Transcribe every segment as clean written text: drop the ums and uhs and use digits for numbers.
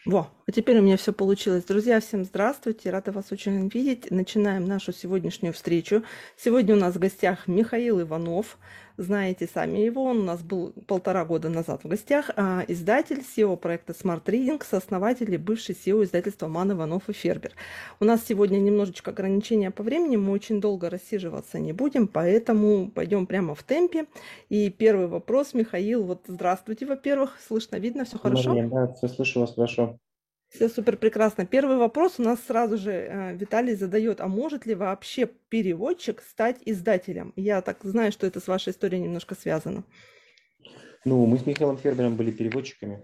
Во, а теперь у меня все получилось. Друзья, всем здравствуйте, рада вас очень видеть. Начинаем нашу сегодняшнюю встречу. Сегодня у нас в гостях Михаил Иванов. Знаете сами его, он у нас был 1,5 года назад в гостях. Издатель, SEO проекта Smart Reading, сооснователь и бывший SEO издательства Ман, Иванов и Фербер. У нас сегодня немножечко ограничения по времени, мы очень долго рассиживаться не будем, поэтому пойдем прямо в темпе. И первый вопрос, Михаил, вот здравствуйте, во-первых, слышно, видно, все хорошо? Мария, да, все слышу вас хорошо. Все супер прекрасно. Первый вопрос у нас сразу же Виталий задает, а может ли вообще переводчик стать издателем? Я так знаю, что это с вашей историей немножко связано. Ну, мы с Михаилом Фербером были переводчиками.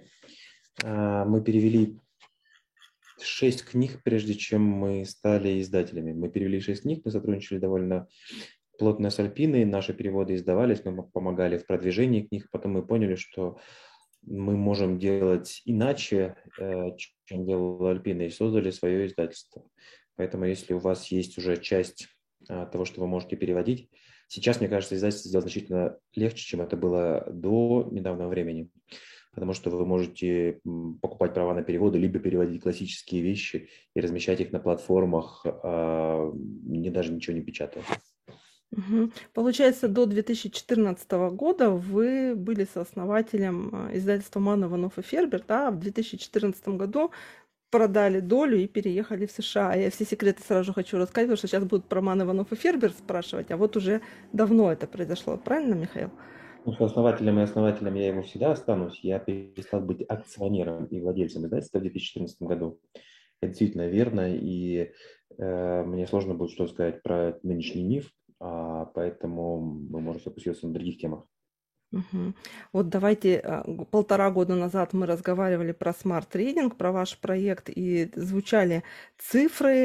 Мы перевели 6 книг, прежде чем мы стали издателями. Мы перевели 6 книг, мы сотрудничали довольно плотно с Альпиной, наши переводы издавались, мы помогали в продвижении книг. Потом мы поняли, что мы можем делать иначе, чем делала Альпина, и создали свое издательство. Поэтому, если у вас есть уже часть того, что вы можете переводить, сейчас, мне кажется, издательство сделать значительно легче, чем это было до недавнего времени, потому что вы можете покупать права на переводы, либо переводить классические вещи и размещать их на платформах, не даже ничего не печатая. Мгм. Получается, до 2014 года вы были сооснователем издательства Ман, Иванов и Фербер, да, а в 2014 году продали долю и переехали в США. Я все секреты сразу же хочу рассказать, потому что сейчас будут про Ман, Иванов и Фербер спрашивать, а вот уже давно это произошло, правильно, Михаил? Ну, основателем и основателем я его всегда останусь. Я перестал быть акционером и владельцем издательства в 2014 году. Это действительно верно, и мне сложно будет что сказать про нынешний миф, поэтому мы можем сфокусироваться на других темах. Мгм. Вот давайте, 1,5 года назад мы разговаривали про смарт-рейдинг, про ваш проект, и звучали цифры,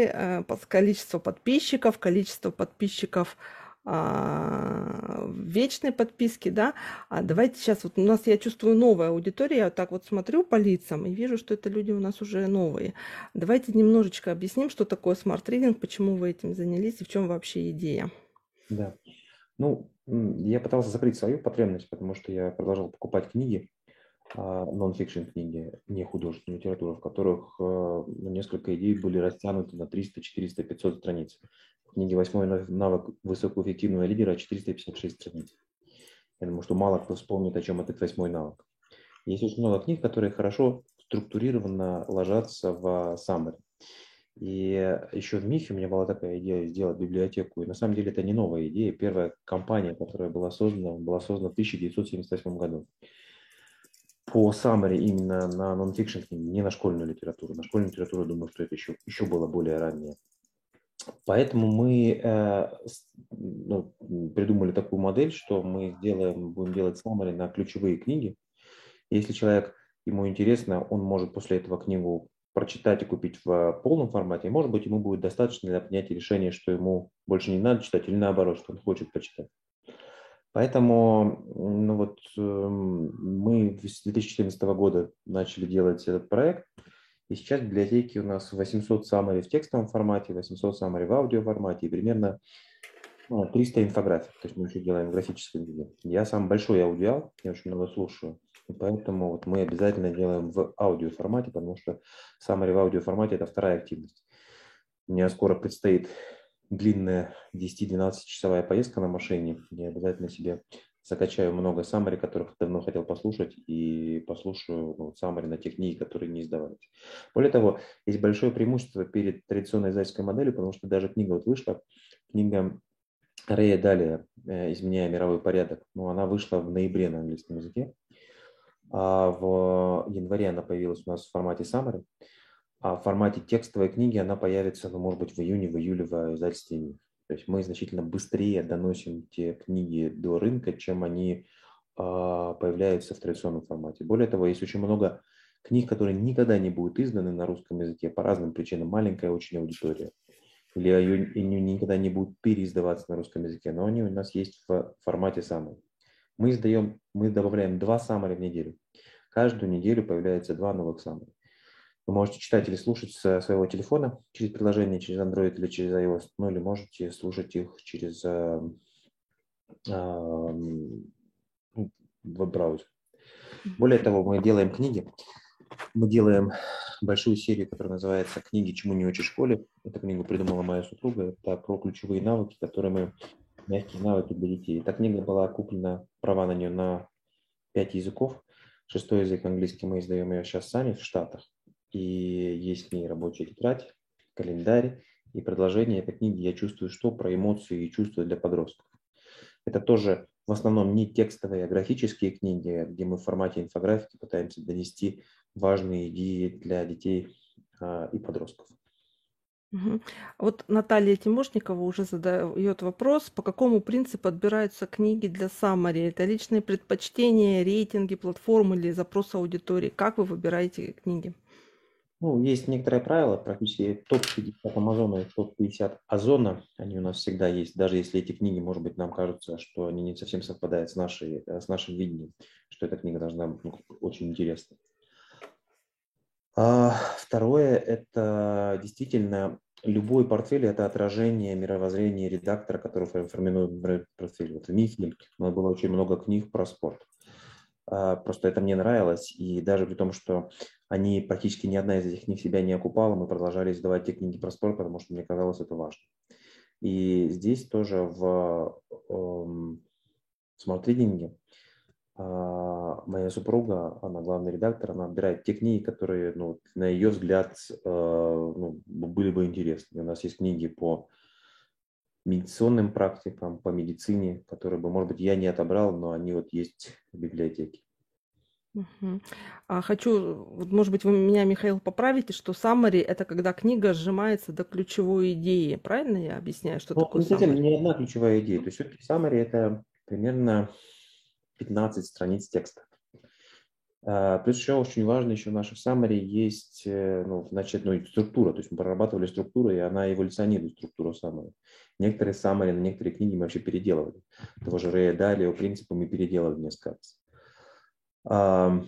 количество подписчиков вечной подписки, да. А давайте сейчас, вот у нас, я чувствую, новая аудитория, я вот так вот смотрю по лицам и вижу, что это люди у нас уже новые. Давайте немножечко объясним, что такое смарт-рейдинг, почему вы этим занялись и в чем вообще идея. Да. Ну, я пытался закрыть свою потребность, потому что я продолжал покупать книги, нон-фикшн книги, не художественную литературу, в которых несколько идей были растянуты на 300, 400, 500 страниц. В книге «Восьмой навык высокоэффективного лидера» 456 страниц. Я думаю, что мало кто вспомнит, о чем этот 8 навык. Есть очень много книг, которые хорошо структурированно ложатся в summary. И еще в МИФе у меня была такая идея сделать библиотеку. И на самом деле это не новая идея. Первая компания, которая была создана в 1978 году. По summary именно на нон-фикшн книги, не на школьную литературу. На школьную литературу, думаю, что это еще было более раннее. Поэтому мы придумали такую модель, что мы будем делать summary на ключевые книги. Если человек, ему интересно, он может после этого книгу прочитать и купить в полном формате. И, может быть, ему будет достаточно для принятия решения, что ему больше не надо читать, или наоборот, что он хочет почитать. Поэтому мы с 2014 года начали делать этот проект. И сейчас в библиотеке у нас 800 summary в текстовом формате, 800 summary в аудио формате и примерно 300 инфографик. То есть мы еще делаем графическое видео. Я сам большой аудиал, я очень много слушаю. И поэтому вот мы обязательно делаем в аудио формате, потому что summary в аудио формате – это вторая активность. У меня скоро предстоит длинная 10-12-часовая поездка на машине. Я обязательно себе закачаю много summary, которых давно хотел послушать, и послушаю summary на те книги, которые не издавались. Более того, есть большое преимущество перед традиционной издательской моделью, потому что даже книга вот вышла, книга Рэя Далия «Изменяя мировой порядок». Ну, она вышла в ноябре на английском языке, а в январе она появилась у нас в формате summary, а в формате текстовой книги она появится, ну, может быть, в июне, в июле в издательстве «Миф». То есть мы значительно быстрее доносим те книги до рынка, чем они появляются в традиционном формате. Более того, есть очень много книг, которые никогда не будут изданы на русском языке по разным причинам. Маленькая очень аудитория. Или они никогда не будут переиздаваться на русском языке, но они у нас есть в формате summary. Мы добавляем 2 summary в неделю. Каждую неделю появляется 2 новых summary. Вы можете читать или слушать со своего телефона через приложение, через Android или через iOS, ну или можете слушать их через веб-браузер. Более того, мы делаем книги, мы делаем большую серию, которая называется «Книги, чему не учишь в школе». Эту книгу придумала моя супруга. Это про ключевые навыки, мягкие навыки для детей. Эта книга была куплена, права на нее на 5 языков. 6-й язык английский, мы издаем ее сейчас сами в Штатах. И есть в ней рабочая тетрадь, календарь и продолжение этой книги «Я чувствую что» про эмоции и чувства для подростков. Это тоже в основном не текстовые, а графические книги, где мы в формате инфографики пытаемся донести важные идеи для детей и подростков. Мгм. Вот Наталья Тимошникова уже задает вопрос, по какому принципу отбираются книги для summary? Это личные предпочтения, рейтинги, платформы или запрос аудитории? Как вы выбираете книги? Ну, есть некоторые правила, практически топ-50 Амазона и топ-50 Озона, они у нас всегда есть, даже если эти книги, может быть, нам кажется, что они не совсем совпадают с нашим видением, что эта книга должна быть очень интересной. Второе, это действительно любой портфель – это отражение мировоззрения редактора, который формирует портфель. Вот в МИФе у нас было очень много книг про спорт. Просто это мне нравилось, и даже при том, что они практически ни одна из этих книг себя не окупала, мы продолжали издавать те книги про спорт, потому что мне казалось это важно. И здесь тоже в смарт-ридинге моя супруга, она главный редактор, она отбирает те книги, которые, ну, на ее взгляд, были бы интересны. У нас есть книги по медитационным практикам, по медицине, которые бы, может быть, я не отобрал, но они вот есть в библиотеке. Мгм. Хочу, вот, может быть, вы меня, Михаил, поправите, что summary – это когда книга сжимается до ключевой идеи. Правильно я объясняю, что Ну, такое не совсем summary? не одна ключевая идея. То есть все-таки summary – это примерно 15 страниц текста. Плюс еще очень важно, еще в наших summary есть структура. То есть мы прорабатывали структуру, и она эволюционирует, структуру summary. Некоторые summary на некоторые книги мы вообще переделывали. Того же Рэя Далио, принципы мы переделали несколько раз.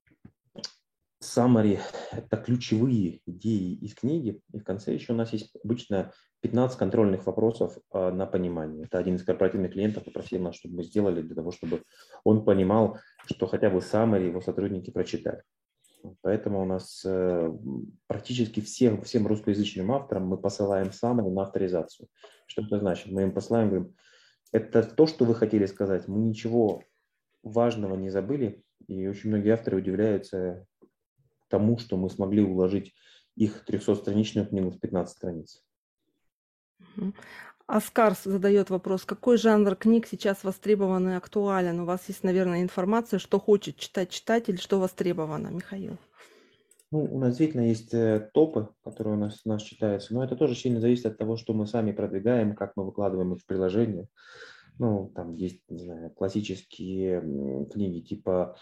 Summary – это ключевые идеи из книги, и в конце еще у нас есть обычно 15 контрольных вопросов на понимание. Это один из корпоративных клиентов попросил нас, чтобы мы сделали для того, чтобы он понимал, что хотя бы summary его сотрудники прочитали. Поэтому у нас практически всем русскоязычным авторам мы посылаем summary на авторизацию. Что это значит? Мы им посылаем, говорим, это то, что вы хотели сказать, мы ничего важного не забыли, и очень многие авторы удивляются тому, что мы смогли уложить их 300-страничную книгу в 15 страниц. Мгм. Аскар задает вопрос, какой жанр книг сейчас востребован и актуален? У вас есть, наверное, информация, что хочет читать читатель, что востребовано, Михаил? Ну, у нас действительно есть топы, которые у нас читаются, но это тоже сильно зависит от того, что мы сами продвигаем, как мы выкладываем их в приложение. Ну, там есть, не знаю, классические книги типа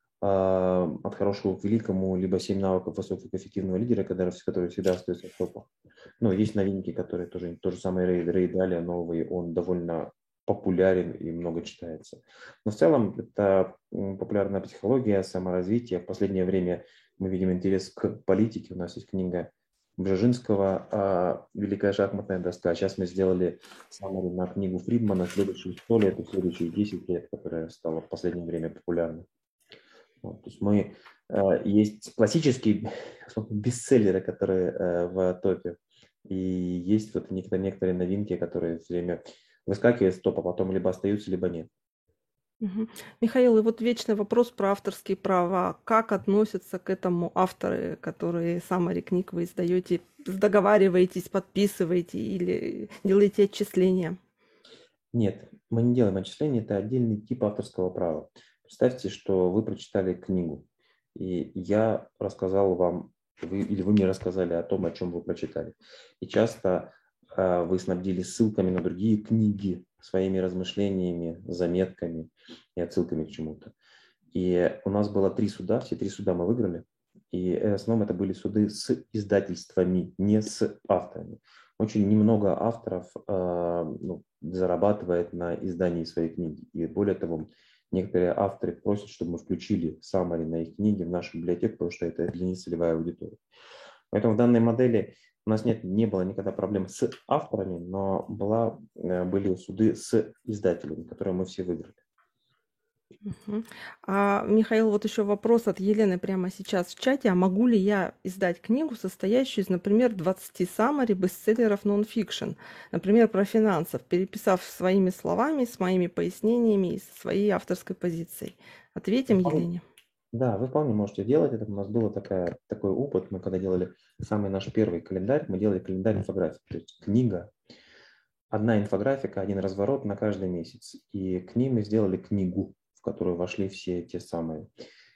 «От хорошего к великому», либо «7 навыков высокоэффективного лидера», которые всегда остаются в топах. Ну, есть новинки, которые тоже, то же самое Рэй Далио новый, он довольно популярен и много читается. Но в целом это популярная психология, саморазвитие. В последнее время мы видим интерес к политике. У нас есть книга Бжезинского «Великая шахматная доска». Сейчас мы сделали summary на книгу Фридмана «Следующие 100 лет» и «Следующие 10 лет», которая стала в последнее время популярной. Вот, то есть есть классические бестселлеры, которые в топе, и есть вот некоторые новинки, которые все время выскакивают с топа, потом либо остаются, либо нет. Мгм. Михаил, и вот вечный вопрос про авторские права. Как относятся к этому авторы, которые summary книг вы издаете? Договариваетесь, подписываете или делаете отчисления? Нет, мы не делаем отчисления, это отдельный тип авторского права. Представьте, что вы прочитали книгу, и я рассказал вам, или вы мне рассказали о том, о чем вы прочитали. И часто вы снабдили ссылками на другие книги, своими размышлениями, заметками и отсылками к чему-то. И у нас было 3 суда, все 3 суда мы выиграли. И в основном это были суды с издательствами, не с авторами. Очень немного авторов зарабатывает на издании своей книги. И более того, некоторые авторы просят, чтобы мы включили summary на их книги в нашу библиотеку, потому что это для них целевая аудитория. Поэтому в данной модели у нас не было никогда проблем с авторами, но были суды с издателями, которые мы все выиграли. Мгм. Михаил, вот еще вопрос от Елены прямо сейчас в чате. А могу ли я издать книгу, состоящую из, например, 20 саммари бестселлеров нон-фикшн, например, про финансов, переписав своими словами, с моими пояснениями и со своей авторской позицией? Ответим Елене. Да, вы вполне можете делать это. У нас был такой опыт. Мы когда делали самый наш первый календарь, мы делали календарь инфографик. То есть книга, одна инфографика, один разворот на каждый месяц. И к ним мы сделали книгу, в которую вошли все те самые.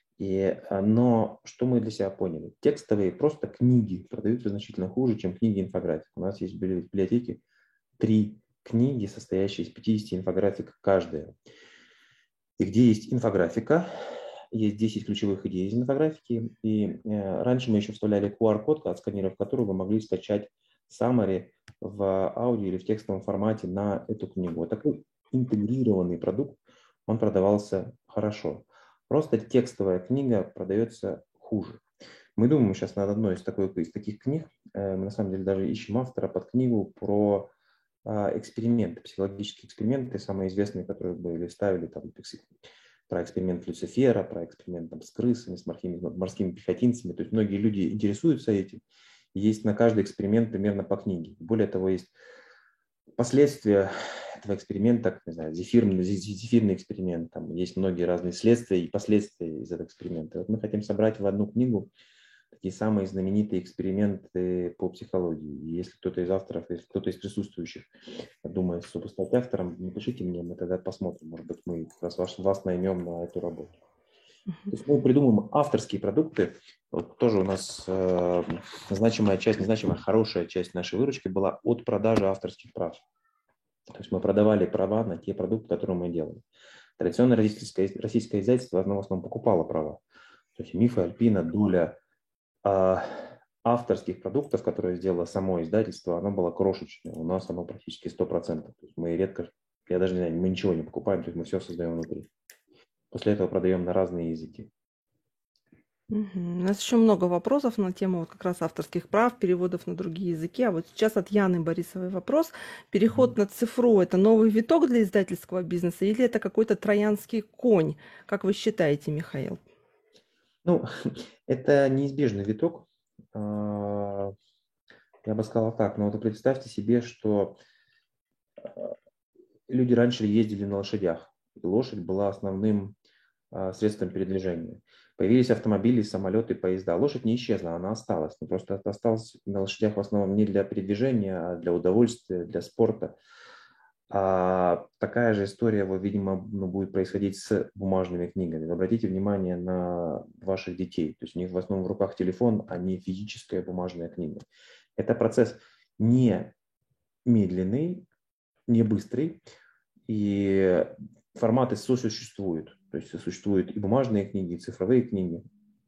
Но что мы для себя поняли? Текстовые просто книги продаются значительно хуже, чем книги инфографик. У нас есть в библиотеке 3 книги, состоящие из 50 инфографик каждая. И где есть инфографика, есть 10 ключевых идей из инфографики. И раньше мы еще вставляли QR-код, отсканировав который вы могли скачать summary в аудио или в текстовом формате на эту книгу. Вот такой интегрированный продукт, он продавался хорошо. Просто текстовая книга продается хуже. Мы думаем сейчас над одной из таких книг. Мы на самом деле даже ищем автора под книгу про эксперименты, психологические эксперименты, самые известные, которые были ставили там, про эксперимент Люцифера, про эксперимент там, с крысами, с морскими пехотинцами. То есть многие люди интересуются этим. Есть на каждый эксперимент примерно по книге. Более того, есть последствия этого эксперимента, не знаю, зефирный эксперимент. Там есть многие разные следствия и последствия из этого эксперимента. Вот мы хотим собрать в одну книгу такие самые знаменитые эксперименты по психологии. И если кто-то из авторов, если кто-то из присутствующих думает, чтобы стать автором, напишите мне, мы тогда посмотрим. Может быть, мы как раз вас наймем на эту работу. То есть мы придумываем авторские продукты. Вот тоже у нас значимая часть, незначимая, хорошая часть нашей выручки была от продажи авторских прав. То есть мы продавали права на те продукты, которые мы делаем. Традиционное российское издательство в основном покупало права. То есть Мифы, Альпина, Дуля, авторских продуктов, которые сделало само издательство, оно было крошечное. У нас оно практически 100%. То есть мы редко, я даже не знаю, мы ничего не покупаем, то есть мы все создаем внутри. После этого продаем на разные языки. Мгм. У нас еще много вопросов на тему вот как раз авторских прав, переводов на другие языки. А вот сейчас от Яны Борисовой вопрос. Переход на цифру– это новый виток для издательского бизнеса или это какой-то троянский конь? Как вы считаете, Михаил? Ну, это неизбежный виток. Я бы сказал так, но вот представьте себе, что люди раньше ездили на лошадях. И лошадь была основным средством передвижения. Появились автомобили, самолеты, поезда. Лошадь не исчезла, она осталась. Но просто осталась на лошадях в основном не для передвижения, а для удовольствия, для спорта. Такая же история, видимо, будет происходить с бумажными книгами. Вы обратите внимание на ваших детей. То есть у них в основном в руках телефон, а не физическая бумажная книга. Это процесс не медленный, не быстрый, и форматы сосуществуют. То есть существуют и бумажные книги, и цифровые книги,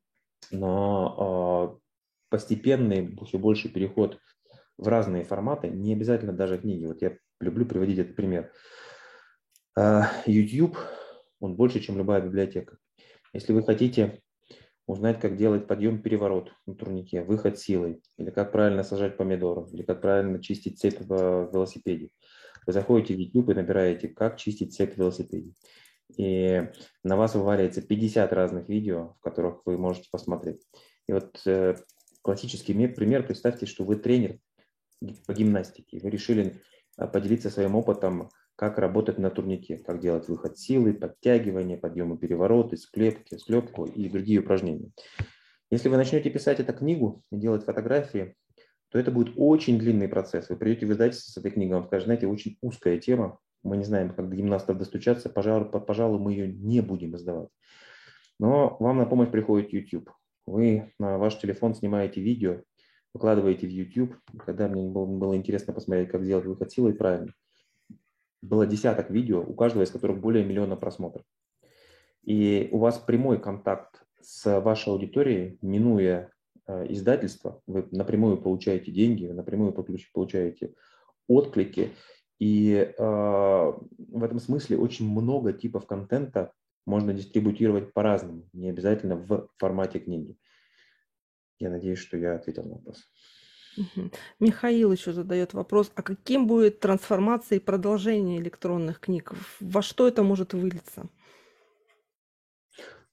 но постепенный, все больше переход в разные форматы, не обязательно даже книги. Вот я люблю приводить этот пример. YouTube, он больше, чем любая библиотека. Если вы хотите узнать, как делать подъем-переворот на турнике, выход силой, или как правильно сажать помидоры, или как правильно чистить цепь в велосипеде, вы заходите в YouTube и набираете, как чистить цепь в велосипеде. И на вас вываливается 50 разных видео, в которых вы можете посмотреть. И вот классический пример, представьте, что вы тренер по гимнастике, вы решили поделиться своим опытом, как работать на турнике, как делать выход силы, подтягивания, подъемы, перевороты, склепку и другие упражнения. Если вы начнете писать эту книгу и делать фотографии, то это будет очень длинный процесс. Вы придете в издательство с этой книгой, вам скажут, знаете, очень узкая тема, мы не знаем, как до гимнастов достучаться, пожалуй, мы ее не будем издавать. Но вам на помощь приходит YouTube. Вы на ваш телефон снимаете видео, выкладываете в YouTube. Когда мне было интересно посмотреть, как сделать выход силой правильно, было десяток видео, у каждого из которых более миллиона просмотров. И у вас прямой контакт с вашей аудиторией, минуя издательство, вы напрямую получаете деньги, вы напрямую получаете отклики. И в этом смысле очень много типов контента можно дистрибутировать по-разному, не обязательно в формате книги. Я надеюсь, что я ответил на вопрос. Мгм. Михаил еще задает вопрос, а каким будет трансформация и продолжение электронных книг? Во что это может вылиться?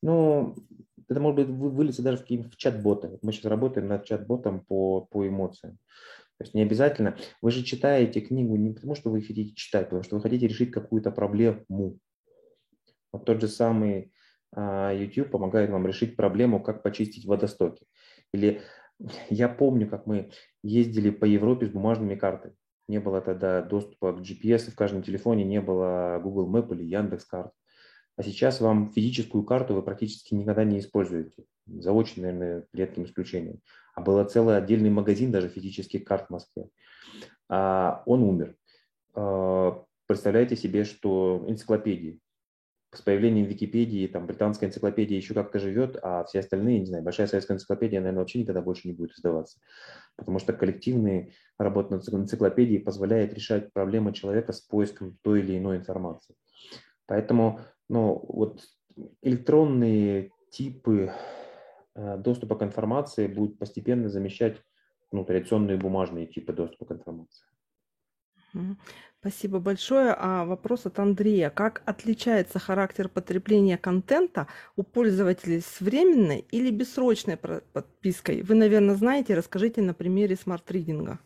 Ну, это может быть выльется даже в чат-боты. Вот мы сейчас работаем над чат-ботом по эмоциям. То есть не обязательно. Вы же читаете книгу не потому, что вы хотите читать, потому что вы хотите решить какую-то проблему. Вот тот же самый YouTube помогает вам решить проблему, как почистить водостоки. Или я помню, как мы ездили по Европе с бумажными картами. Не было тогда доступа к GPS, в каждом телефоне не было Google Map или Яндекс.Карт. А сейчас вам физическую карту вы практически никогда не используете. За очень, наверное, редким исключением. А был целый отдельный магазин даже физических карт в Москве. Он умер. Представляете себе, что энциклопедии. С появлением Википедии, там, британская энциклопедия еще как-то живет, а все остальные, не знаю, большая советская энциклопедия, наверное, вообще никогда больше не будет издаваться. Потому что коллективные работы над энциклопедией позволяют решать проблемы человека с поиском той или иной информации. Поэтому, вот электронные типы доступа к информации будут постепенно замещать традиционные бумажные типы доступа к информации. Спасибо большое. Вопрос от Андрея. Как отличается характер потребления контента у пользователей с временной или бессрочной подпиской? Вы, наверное, знаете, расскажите на примере смарт-ридинга.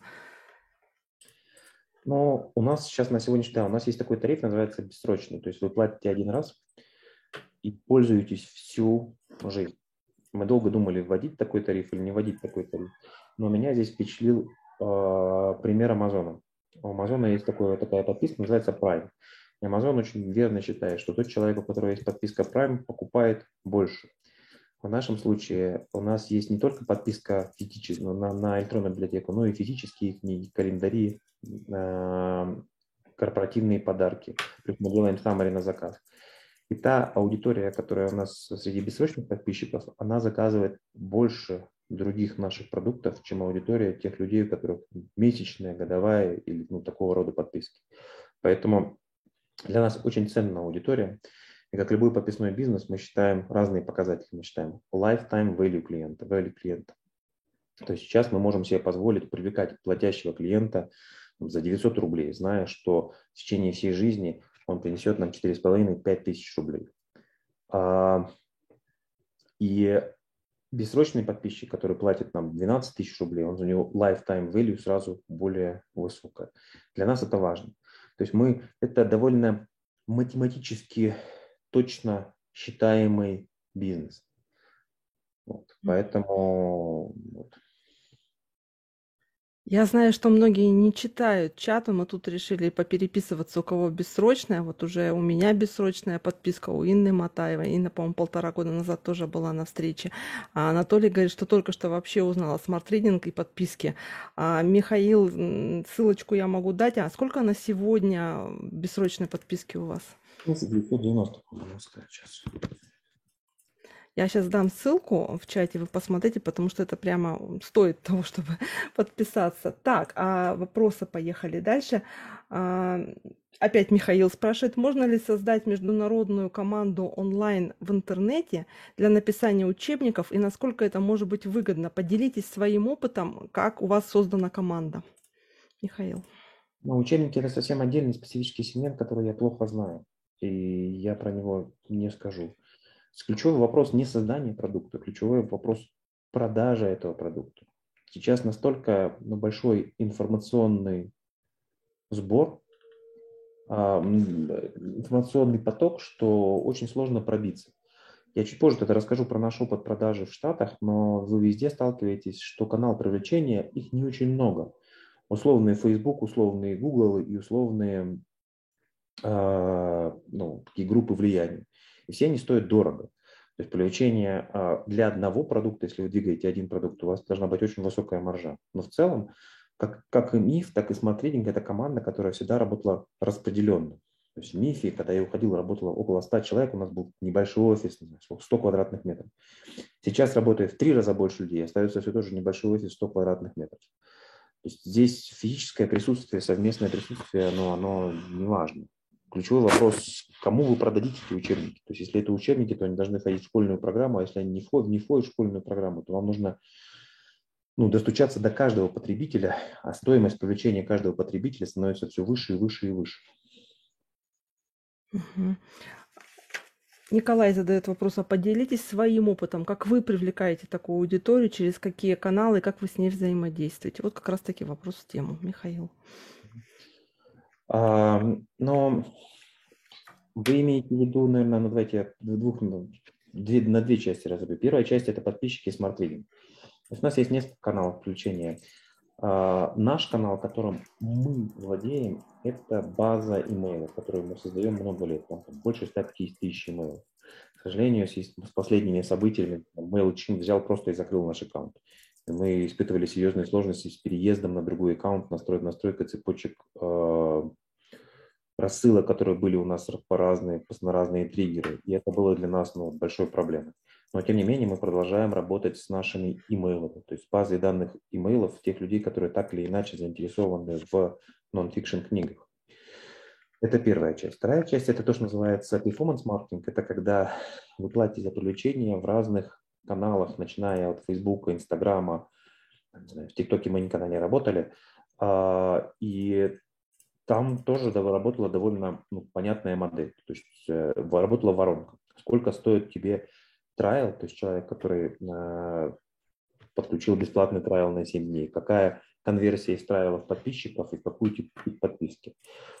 Но у нас сейчас на сегодняшний день, у нас есть такой тариф, называется бессрочный. То есть вы платите один раз и пользуетесь всю жизнь. Мы долго думали, вводить такой тариф или не вводить такой тариф. Но меня здесь впечатлил пример Амазона. У Амазона есть такая подписка, называется Prime. И Amazon очень верно считает, что тот человек, у которого есть подписка Prime, покупает больше. В нашем случае у нас есть не только подписка на электронную библиотеку, но и физические книги, календари, корпоративные подарки. Плюс мы делаем summary на заказ. И та аудитория, которая у нас среди бессрочных подписчиков, она заказывает больше других наших продуктов, чем аудитория тех людей, у которых месячная, годовая или такого рода подписки. Поэтому для нас очень ценная аудитория. И как любой подписной бизнес, мы считаем разные показатели. Мы считаем lifetime value клиента, value клиента. То есть сейчас мы можем себе позволить привлекать платящего клиента за 900 рублей, зная, что в течение всей жизни он принесет нам 4,5-5 тысяч рублей. И бессрочный подписчик, который платит нам 12 тысяч рублей, у него lifetime value сразу более высокая. Для нас это важно. То есть это довольно математически точно считаемый бизнес. Поэтому... Я знаю, что многие не читают чаты, мы тут решили попереписываться, у кого бессрочная. Вот уже у меня бессрочная подписка, у Инны Матаевой. Инна, по-моему, 1,5 года назад тоже была на встрече. А Анатолий говорит, что только что вообще узнала смарт-ридинг и подписки. Михаил, ссылочку я могу дать. А сколько на сегодня бессрочной подписки у вас? 990, по-моему, сказать сейчас. Я сейчас дам ссылку в чате, вы посмотрите, потому что это прямо стоит того, чтобы подписаться. Так, вопросы поехали дальше. Опять Михаил спрашивает, можно ли создать международную команду онлайн в интернете для написания учебников и насколько это может быть выгодно? Поделитесь своим опытом, как у вас создана команда. Михаил. Учебники – это совсем отдельный специфический сегмент, который я плохо знаю, и я про него не скажу. Ключевой вопрос не создания продукта, ключевой вопрос продажи этого продукта. Сейчас настолько большой информационный сбор, информационный поток, что очень сложно пробиться. Я чуть позже тогда расскажу про наш опыт продажи в Штатах, но вы везде сталкиваетесь, что канал привлечения, их не очень много. Условные Facebook, условные Google и условные такие группы влияния. И все они стоят дорого. То есть привлечение для одного продукта, если вы двигаете один продукт, у вас должна быть очень высокая маржа. Но в целом, как и МИФ, так и смарт-ридинг – это команда, которая всегда работала распределенно. То есть в МИФе, когда я уходил, работало около 100 человек, у нас был небольшой офис, 100 квадратных метров. Сейчас работает в 3 раза больше людей, остается все тоже небольшой офис 100 квадратных метров. То есть здесь физическое присутствие, совместное присутствие, оно не важно. Ключевой вопрос, кому вы продадите эти учебники. То есть если это учебники, то они должны входить в школьную программу, а если они не входят в школьную программу, то вам нужно достучаться до каждого потребителя, а стоимость привлечения каждого потребителя становится все выше и выше и выше. Угу. Николай задает вопрос, а поделитесь своим опытом, как вы привлекаете такую аудиторию, через какие каналы, как вы с ней взаимодействуете? Вот как раз-таки вопрос в тему, Михаил. Но вы имеете в виду, наверное, ну, давайте я на две части разобью. Первая часть – это подписчики и Smart Reading. То есть у нас есть несколько каналов включения. Наш канал, которым мы владеем, это база имейлов, которую мы создаем много лет. Там больше 150 тысяч имейлов. К сожалению, с последними событиями MailChimp взял просто и закрыл наш аккаунт. И мы испытывали серьезные сложности с переездом на другой аккаунт, настройкой цепочек рассылок, которые были у нас на разные триггеры. И это было для нас большой проблемой. Но, тем не менее, мы продолжаем работать с нашими имейлами, то есть базой данных имейлов тех людей, которые так или иначе заинтересованы в нон-фикшн книгах. Это первая часть. Вторая часть – это то, что называется перформанс-маркетинг. Это когда вы платите за привлечение в разных каналах, начиная от Фейсбука, Инстаграма, в ТикТоке мы никогда не работали. И там тоже работала довольно понятная модель. То есть работала воронка. Сколько стоит тебе трайл, то есть человек, который подключил бесплатный трайл на 7 дней, какая конверсия из трайлов подписчиков и какую тип подписки.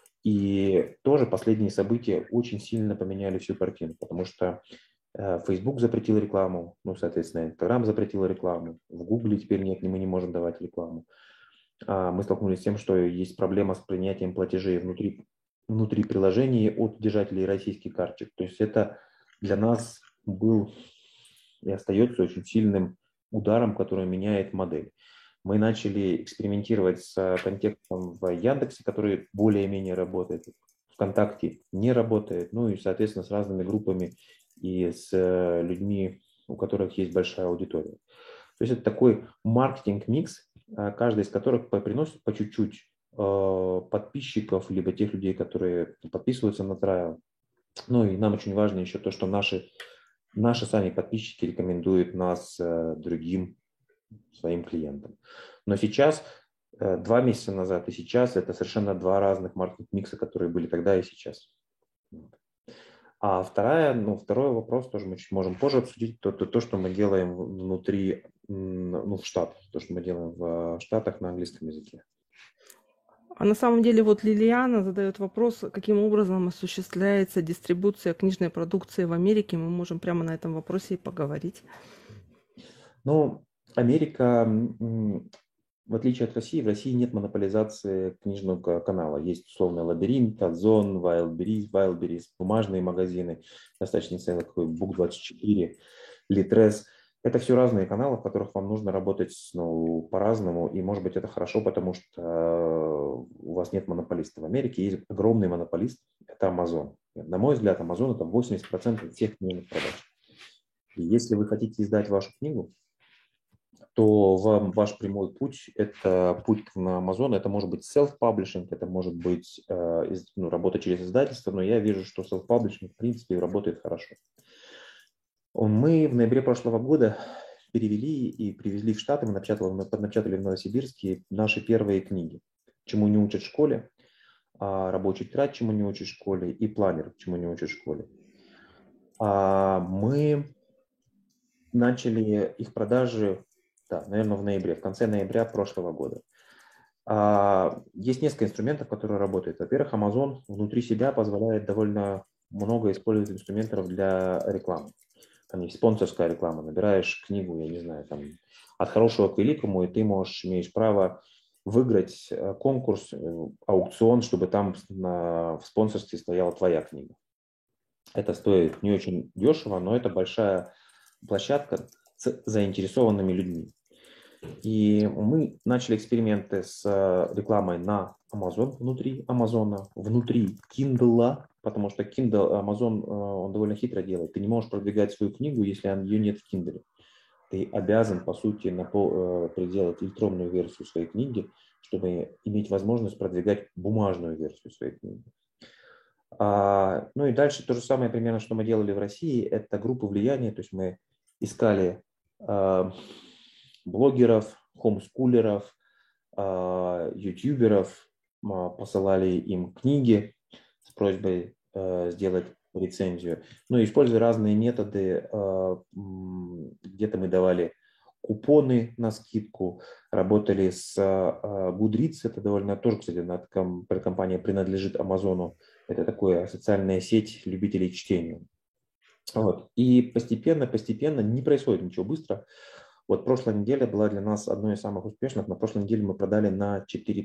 И тоже последние события очень сильно поменяли всю картину, потому что Facebook запретил рекламу, соответственно, Instagram запретил рекламу, в Google теперь нет, мы не можем давать рекламу. Мы столкнулись с тем, что есть проблема с принятием платежей внутри приложений от держателей российских карточек. То есть это для нас был и остается очень сильным ударом, который меняет модель. Мы начали экспериментировать с контекстом в Яндексе, который более-менее работает, ВКонтакте не работает, и, соответственно, с разными группами и с людьми, у которых есть большая аудитория. То есть это такой маркетинг-микс, каждый из которых приносит по чуть-чуть подписчиков, либо тех людей, которые подписываются на трайл. И нам очень важно еще то, что наши сами подписчики рекомендуют нас другим своим клиентам. Но сейчас, 2 месяца назад и сейчас, это совершенно два разных маркетинг-микса, которые были тогда и сейчас. А второй вопрос тоже мы чуть можем позже обсудить, то, что мы делаем внутри, в Штатах, то, что мы делаем в Штатах на английском языке. А на самом деле вот Лилиана задает вопрос, каким образом осуществляется дистрибуция книжной продукции в Америке. Мы можем прямо на этом вопросе и поговорить. Америка, в отличие от России, в России нет монополизации книжного канала. Есть условно Лабиринт, Озон, Wildberries, бумажные магазины, достаточно ценные, как Book24, Litres. Это все разные каналы, в которых вам нужно работать по-разному, и, может быть, это хорошо, потому что у вас нет монополиста. В Америке есть огромный монополист, это Amazon. На мой взгляд, Amazon – это 80% всех книжных продаж. И если вы хотите издать вашу книгу, то ваш прямой путь – это путь на Amazon. Это может быть self-publishing, это может быть работа через издательство, но я вижу, что self-publishing, в принципе, работает хорошо. Мы в ноябре прошлого года перевели и привезли в Штаты, мы напечатали в Новосибирске наши первые книги «Чему не учат в школе», «Рабочий тетрадь, чему не учат в школе» и «Планер, чему не учат в школе». Мы начали их продажи, наверное, в ноябре, в конце ноября прошлого года. Есть несколько инструментов, которые работают. Во-первых, Amazon внутри себя позволяет довольно много использовать инструментов для рекламы. Там есть спонсорская реклама, набираешь книгу, я не знаю, там, от хорошего к великому, и ты имеешь право выиграть конкурс, аукцион, чтобы там в спонсорстве стояла твоя книга. Это стоит не очень дешево, но это большая площадка с заинтересованными людьми. И мы начали эксперименты с рекламой на Amazon, внутри Амазона, внутри Kindle, потому что Kindle, Amazon, он довольно хитро делает. Ты не можешь продвигать свою книгу, если ее нет в Kindle. Ты обязан, по сути, приделать электронную версию своей книги, чтобы иметь возможность продвигать бумажную версию своей книги. И дальше то же самое примерно, что мы делали в России, это группы влияния, то есть мы искали блогеров, хомскулеров, ютуберов, посылали им книги с просьбой сделать рецензию. Ну и используя разные методы, где-то мы давали купоны на скидку, работали с Goodreads, это довольно тоже, кстати, компания принадлежит Амазону, это такая социальная сеть любителей чтения. Вот. И постепенно, не происходит ничего быстро. Вот прошлая неделя была для нас одной из самых успешных. На прошлой неделе мы продали на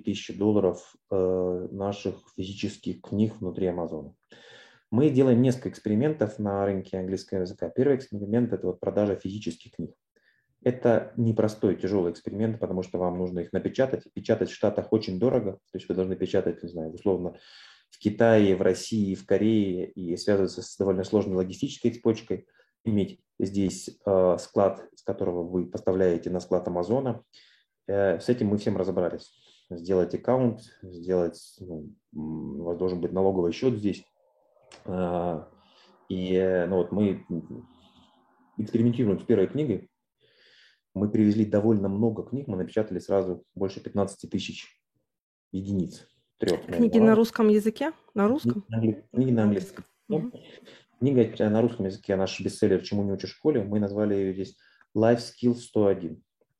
$4000 наших физических книг внутри Амазона. Мы делаем несколько экспериментов на рынке английского языка. Первый эксперимент – это вот продажа физических книг. Это непростой, тяжелый эксперимент, потому что вам нужно их напечатать. Печатать в Штатах очень дорого, то есть вы должны печатать, не знаю, условно, в Китае, в России, в Корее, и связываться с довольно сложной логистической цепочкой, иметь здесь склад, с которого вы поставляете на склад Амазона. С этим мы всем разобрались. Сделать аккаунт, у вас должен быть налоговый счет здесь. Вот мы экспериментируем с первой книгой. Мы привезли довольно много книг, мы напечатали сразу больше 15 тысяч единиц. Книги на русском языке? На русском? Книги на английском. Книга на русском языке, наш бестселлер «Чему не учишь в школе», мы назвали ее здесь Life Skills 101.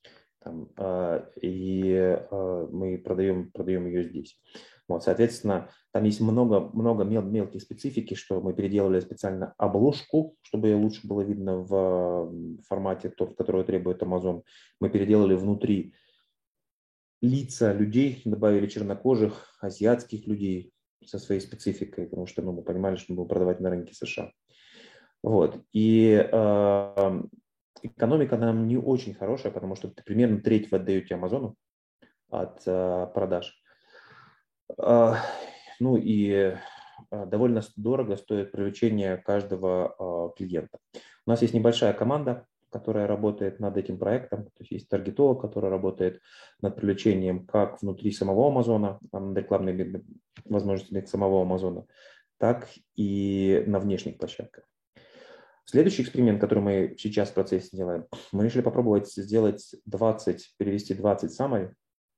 Мы продаем ее здесь. Вот, соответственно, там есть много мелких специфики, что мы переделали специально обложку, чтобы ее лучше было видно в формате, который требует Amazon. Мы переделали внутри лица людей, добавили чернокожих, азиатских людей со своей спецификой, потому что мы понимали, что мы будем продавать на рынке США. Вот. И экономика нам не очень хорошая, потому что примерно треть вы отдаете Амазону от продаж. Довольно дорого стоит привлечение каждого клиента. У нас есть небольшая команда, которая работает над этим проектом. То есть таргетолог, который работает над привлечением как внутри самого Амазона, над рекламными возможностями самого Амазона, так и на внешних площадках. Следующий эксперимент, который мы сейчас в процессе делаем, мы решили попробовать перевести 20 summary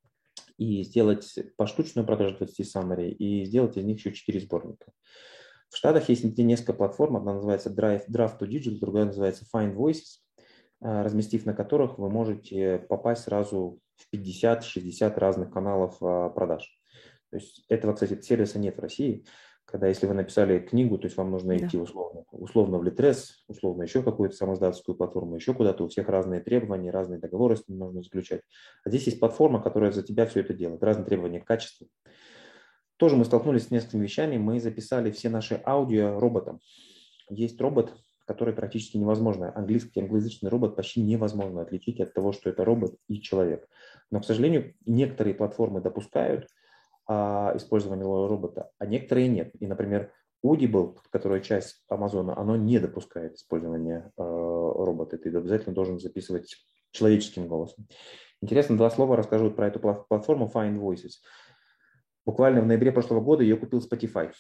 и сделать поштучную продажу 20 summary и сделать из них еще 4 сборника. В Штатах есть несколько платформ, одна называется Draft to Digital, другая называется Find Voices, разместив на которых вы можете попасть сразу в 50-60 разных каналов продаж. То есть этого, кстати, сервиса нет в России. Когда, если вы написали книгу, то есть вам нужно идти условно в Литрес, условно еще какую-то самоиздательскую платформу, еще куда-то, у всех разные требования, разные договоры с ним нужно заключать. А здесь есть платформа, которая за тебя все это делает, разные требования к качеству. Тоже мы столкнулись с несколькими вещами, мы записали все наши аудио роботом. Есть робот, который практически невозможно, англоязычный робот почти невозможно отличить от того, что это робот и человек. Но, к сожалению, некоторые платформы допускают использование робота, а некоторые нет. И, например, Audible, которая часть Амазона, оно не допускает использования робота. Ты обязательно должен записывать человеческим голосом. Интересно, 2 слова расскажу про эту платформу Find Voices. Буквально в ноябре прошлого года ее купил Spotify.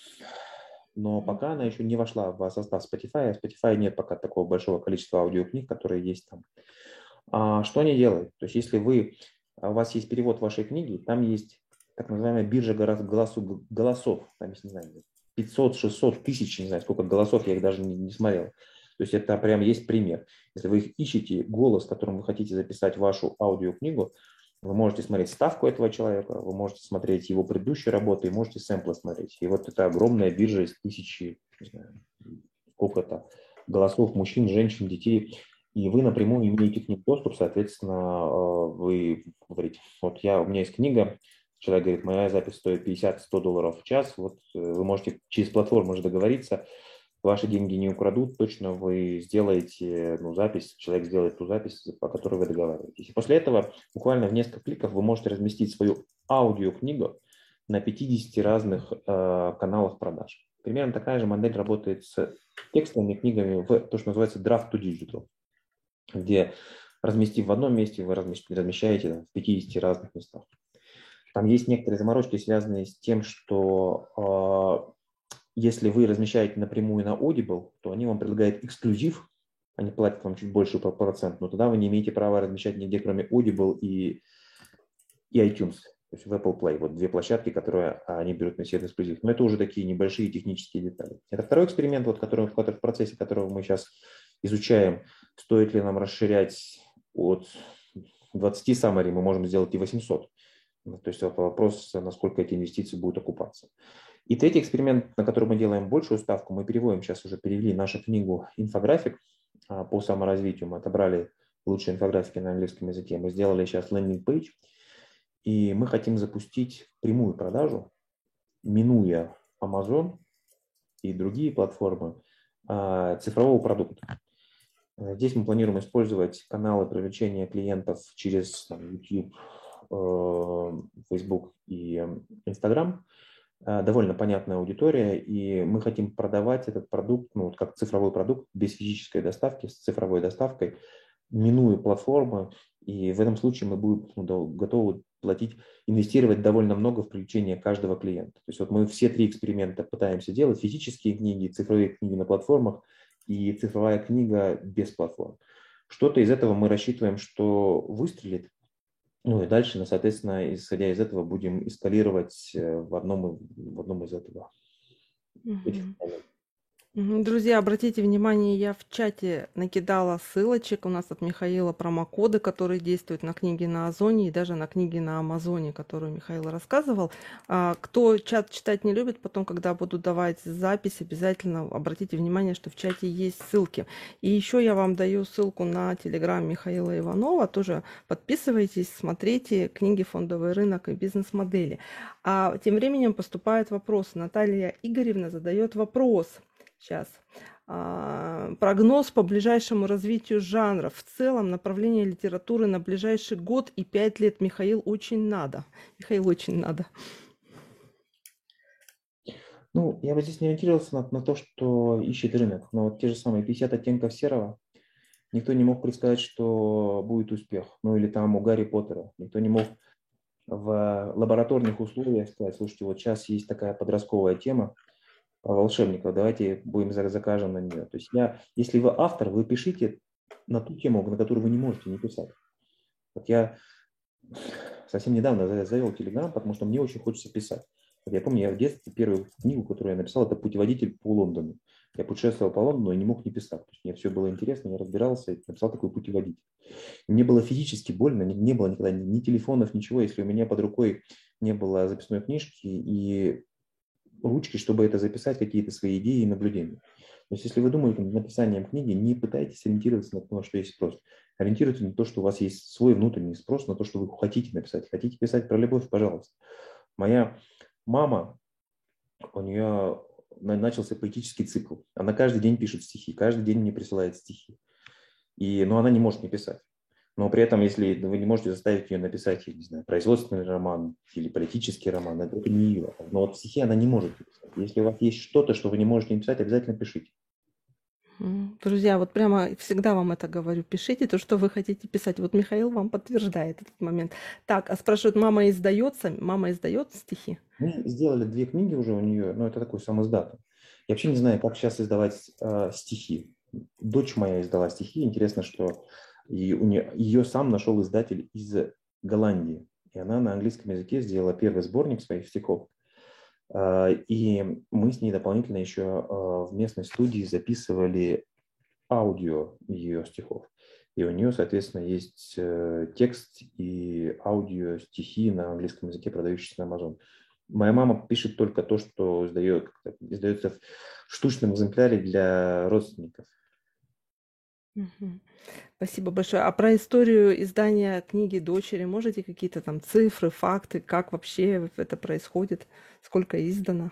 Но пока она еще не вошла в состав Spotify. В Spotify нет пока такого большого количества аудиокниг, которые есть там. Что они делают? То есть если у вас есть перевод вашей книги, там есть так называемая биржа голосов. Там есть, не знаю, 500, 600 тысяч, не знаю, сколько голосов, я их даже не смотрел. То есть это прям есть пример. Если вы ищете голос, которым вы хотите записать вашу аудиокнигу, вы можете смотреть ставку этого человека, вы можете смотреть его предыдущие работы и можете сэмплы смотреть. И вот это огромная биржа из тысячи, не знаю, сколько-то голосов мужчин, женщин, детей. И вы напрямую имеете к ним доступ, соответственно, вы говорите, у меня есть книга, человек говорит, моя запись стоит $50-100 в час, вот вы можете через платформу уже договориться, ваши деньги не украдут, точно вы сделаете запись, человек сделает ту запись, по которой вы договариваетесь. И после этого буквально в несколько кликов вы можете разместить свою аудиокнигу на 50 разных каналах продаж. Примерно такая же модель работает с текстовыми книгами в то, что называется Draft to Digital, где, разместив в одном месте, вы размещаете в 50 разных местах. Там есть некоторые заморочки, связанные с тем, что если вы размещаете напрямую на Audible, то они вам предлагают эксклюзив, они платят вам чуть больше процент, но тогда вы не имеете права размещать нигде, кроме Audible и iTunes. То есть в Apple Play. Вот две площадки, которые они берут на себя эксклюзив. Но это уже такие небольшие технические детали. Это второй эксперимент, вот, в процессе которого мы сейчас изучаем, стоит ли нам расширять от 20 summary, мы можем сделать и 800. То есть вопрос, насколько эти инвестиции будут окупаться. И третий эксперимент, на который мы делаем большую ставку, мы переводим, сейчас уже перевели нашу книгу «Инфографик» по саморазвитию. Мы отобрали лучшие инфографики на английском языке. Мы сделали сейчас лендинг-пейдж, и мы хотим запустить прямую продажу, минуя Amazon и другие платформы, цифрового продукта. Здесь мы планируем использовать каналы привлечения клиентов через YouTube, Facebook и Instagram. Довольно понятная аудитория, и мы хотим продавать этот продукт, ну, как цифровой продукт, без физической доставки, с цифровой доставкой, минуя платформы, и в этом случае мы будем готовы платить, инвестировать довольно много в привлечение каждого клиента. То есть вот мы все три эксперимента пытаемся делать: физические книги, цифровые книги на платформах и цифровая книга без платформ. Что-то из этого мы рассчитываем, что выстрелит. Ну и дальше, соответственно, исходя из этого, будем эскалировать в одном из этого. Друзья, обратите внимание, я в чате накидала ссылочек. У нас от Михаила промокоды, которые действуют на книге на Озоне и даже на книге на Амазоне, которую Михаил рассказывал. Кто чат читать не любит, потом, когда буду давать запись, обязательно обратите внимание, что в чате есть ссылки. И еще я вам даю ссылку на телеграм Михаила Иванова. Тоже подписывайтесь, смотрите книги «Фондовый рынок» и «Бизнес-модели». А тем временем поступают вопросы. Наталья Игоревна задает вопрос. Сейчас. Прогноз по ближайшему развитию жанров. В целом направление литературы на ближайший год и 5 лет. Михаил, очень надо. Михаил, очень надо. Ну, я бы здесь не ориентировался на то, что ищет рынок. Но вот те же самые 50 оттенков серого. Никто не мог предсказать, что будет успех. Ну или там у Гарри Поттера. Никто не мог в лабораторных условиях сказать: слушайте, вот сейчас есть такая подростковая тема про волшебников, давайте будем закажем на нее. То есть если вы автор, вы пишите на ту тему, на которую вы не можете не писать. Вот я совсем недавно завел Telegram, потому что мне очень хочется писать. Вот я помню, я в детстве первую книгу, которую я написал, это «Путеводитель по Лондону». Я путешествовал по Лондону и не мог не писать. То есть мне все было интересно, я разбирался и написал такой путеводитель. Мне было физически больно, не было никогда ни телефонов, ничего, если у меня под рукой не было записной книжки и ручки, чтобы это записать, какие-то свои идеи и наблюдения. То есть если вы думаете над написанием книги, не пытайтесь ориентироваться на то, что есть спрос. Ориентируйтесь на то, что у вас есть свой внутренний спрос, на то, что вы хотите написать. Хотите писать про любовь, пожалуйста. Моя мама, у нее начался поэтический цикл. Она каждый день пишет стихи, каждый день мне присылает стихи. Но она не может не писать. Но при этом, если вы не можете заставить ее написать, я не знаю, производственный роман или политический роман, это не ее. Но вот стихи она не может написать. Если у вас есть что-то, что вы не можете написать, обязательно пишите. Друзья, вот прямо всегда вам это говорю. Пишите то, что вы хотите писать. Вот Михаил вам подтверждает этот момент. Так, спрашивают, мама издает стихи? Мы сделали 2 книги уже у нее, но это такой сам издат. Я вообще не знаю, как сейчас издавать стихи. Дочь моя издала стихи. Интересно, что ее сам нашел издатель из Голландии. И она на английском языке сделала первый сборник своих стихов. И мы с ней дополнительно еще в местной студии записывали аудио ее стихов. И у нее, соответственно, есть текст и аудио стихи на английском языке, продающиеся на Amazon. Моя мама пишет только то, что издается в штучном экземпляре для родственников. Спасибо большое. А про историю издания книги дочери можете какие-то там цифры, факты, как вообще это происходит, сколько издано?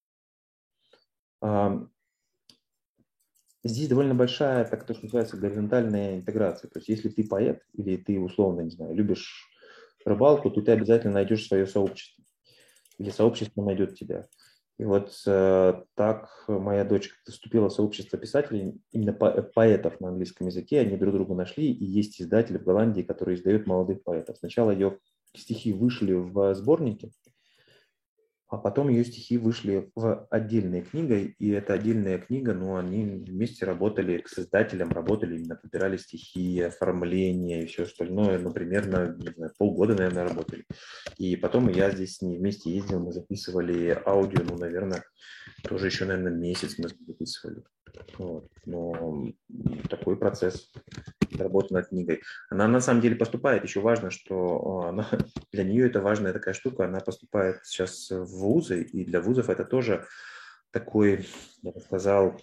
Здесь довольно большая, так то, что называется, горизонтальная интеграция. То есть если ты поэт или ты, условно, не знаю, любишь рыбалку, то ты обязательно найдешь свое сообщество. Или сообщество найдет тебя. И вот так моя дочь вступила в сообщество писателей, именно поэтов на английском языке. Они друг друга нашли, и есть издатель в Голландии, который издает молодых поэтов. Сначала ее стихи вышли в сборнике, А потом ее стихи вышли в отдельной книгой, и эта отдельная книга, ну, они вместе работали, к создателям работали, именно подбирали стихи, оформление и все остальное, ну, примерно, не знаю, полгода, наверное, работали. И потом я здесь с ней вместе ездил, мы записывали аудио, ну, наверное, тоже еще, наверное, месяц мы записывали. Вот. Но такой процесс работы над книгой. Она на самом деле поступает, еще важно, что она, для нее это важная такая штука, она поступает сейчас в вузы, и для вузов это тоже такой, я бы сказал,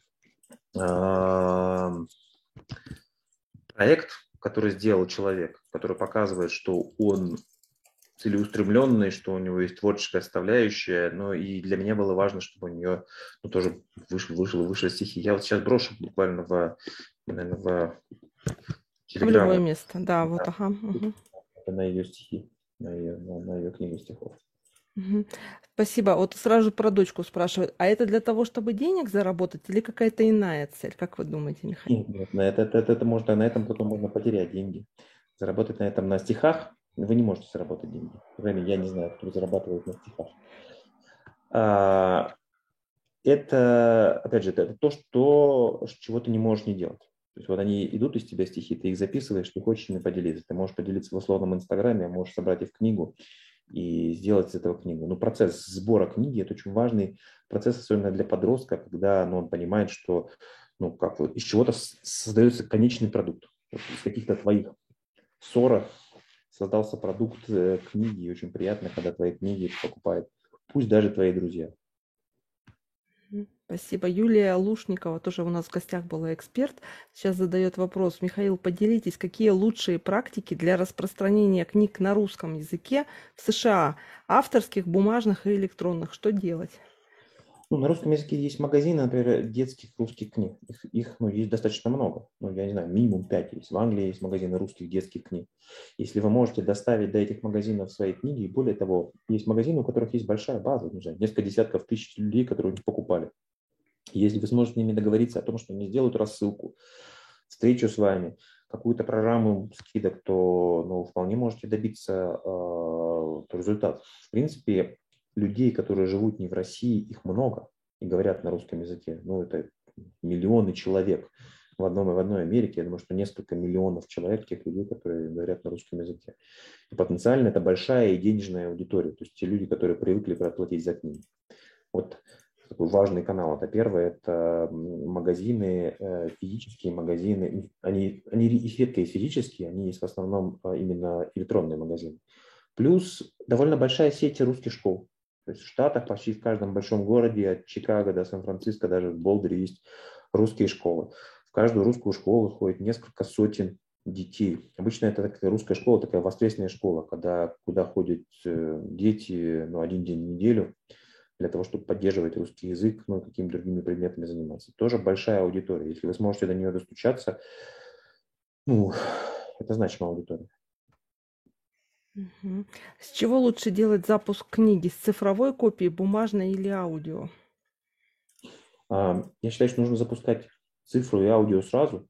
проект, который сделал человек, который показывает, что он целеустремленный, что у него есть творческая составляющая, но и для меня было важно, чтобы у нее тоже вышли стихи. Я вот сейчас брошу буквально наверное, в В любое Телеграм место, да, вот, ага. Мгм. на ее стихи, на ее книгу стихов. Мгм. Спасибо. Вот сразу же про дочку спрашивают. А это для того, чтобы денег заработать или какая-то иная цель? Как вы думаете, Михаил? Нет, это можно, на этом потом можно потерять деньги. Заработать на этом на стихах вы не можете заработать деньги. По крайней мере, я не знаю, кто зарабатывает на стихах. Это, опять же, это то, чего ты не можешь не делать. То есть вот они идут из тебя стихи, ты их записываешь, ты хочешь ими поделиться. Ты можешь поделиться в условном Инстаграме, а можешь собрать их в книгу и сделать из этого книгу. Но процесс сбора книги – это очень важный процесс, особенно для подростка, когда он понимает, что как вот, из чего-то создается конечный продукт. Вот из каких-то твоих ссоров создался продукт книги, и очень приятно, когда твои книги покупают, пусть даже твои друзья. Спасибо. Юлия Лушникова тоже у нас в гостях была эксперт. Сейчас задает вопрос. Михаил, поделитесь, какие лучшие практики для распространения книг на русском языке в США, авторских, бумажных и электронных? Что делать? На русском языке есть магазины, например, детских русских книг. Их есть достаточно много. Я не знаю, минимум 5 есть. В Англии есть магазины русских детских книг. Если вы можете доставить до этих магазинов свои книги, и более того, есть магазины, у которых есть большая база, не знаю, несколько десятков тысяч людей, которые у них покупали. Если вы сможете с ними договориться о том, что они сделают рассылку, встречу с вами, какую-то программу скидок, то вполне можете добиться результата. В принципе, людей, которые живут не в России, их много и говорят на русском языке. Это миллионы человек в одной Америке. Я думаю, что несколько миллионов человек, тех людей, которые говорят на русском языке. И потенциально это большая и денежная аудитория. То есть те люди, которые привыкли платить за книги. Вот такой важный канал. Это первое, это магазины, физические магазины. Они редко есть физические, они есть в основном именно электронные магазины. Плюс довольно большая сеть русских школ. То есть в Штатах почти в каждом большом городе, от Чикаго до Сан-Франциско, даже в Болдере есть русские школы. В каждую русскую школу ходит несколько сотен детей. Обычно это такая русская школа, такая воскресная школа, куда ходят дети один день в неделю для того, чтобы поддерживать русский язык, какими другими предметами заниматься. Тоже большая аудитория. Если вы сможете до нее достучаться, это значимая аудитория. Мгм. С чего лучше делать запуск книги? С цифровой копии, бумажной или аудио? Я считаю, что нужно запускать цифру и аудио сразу.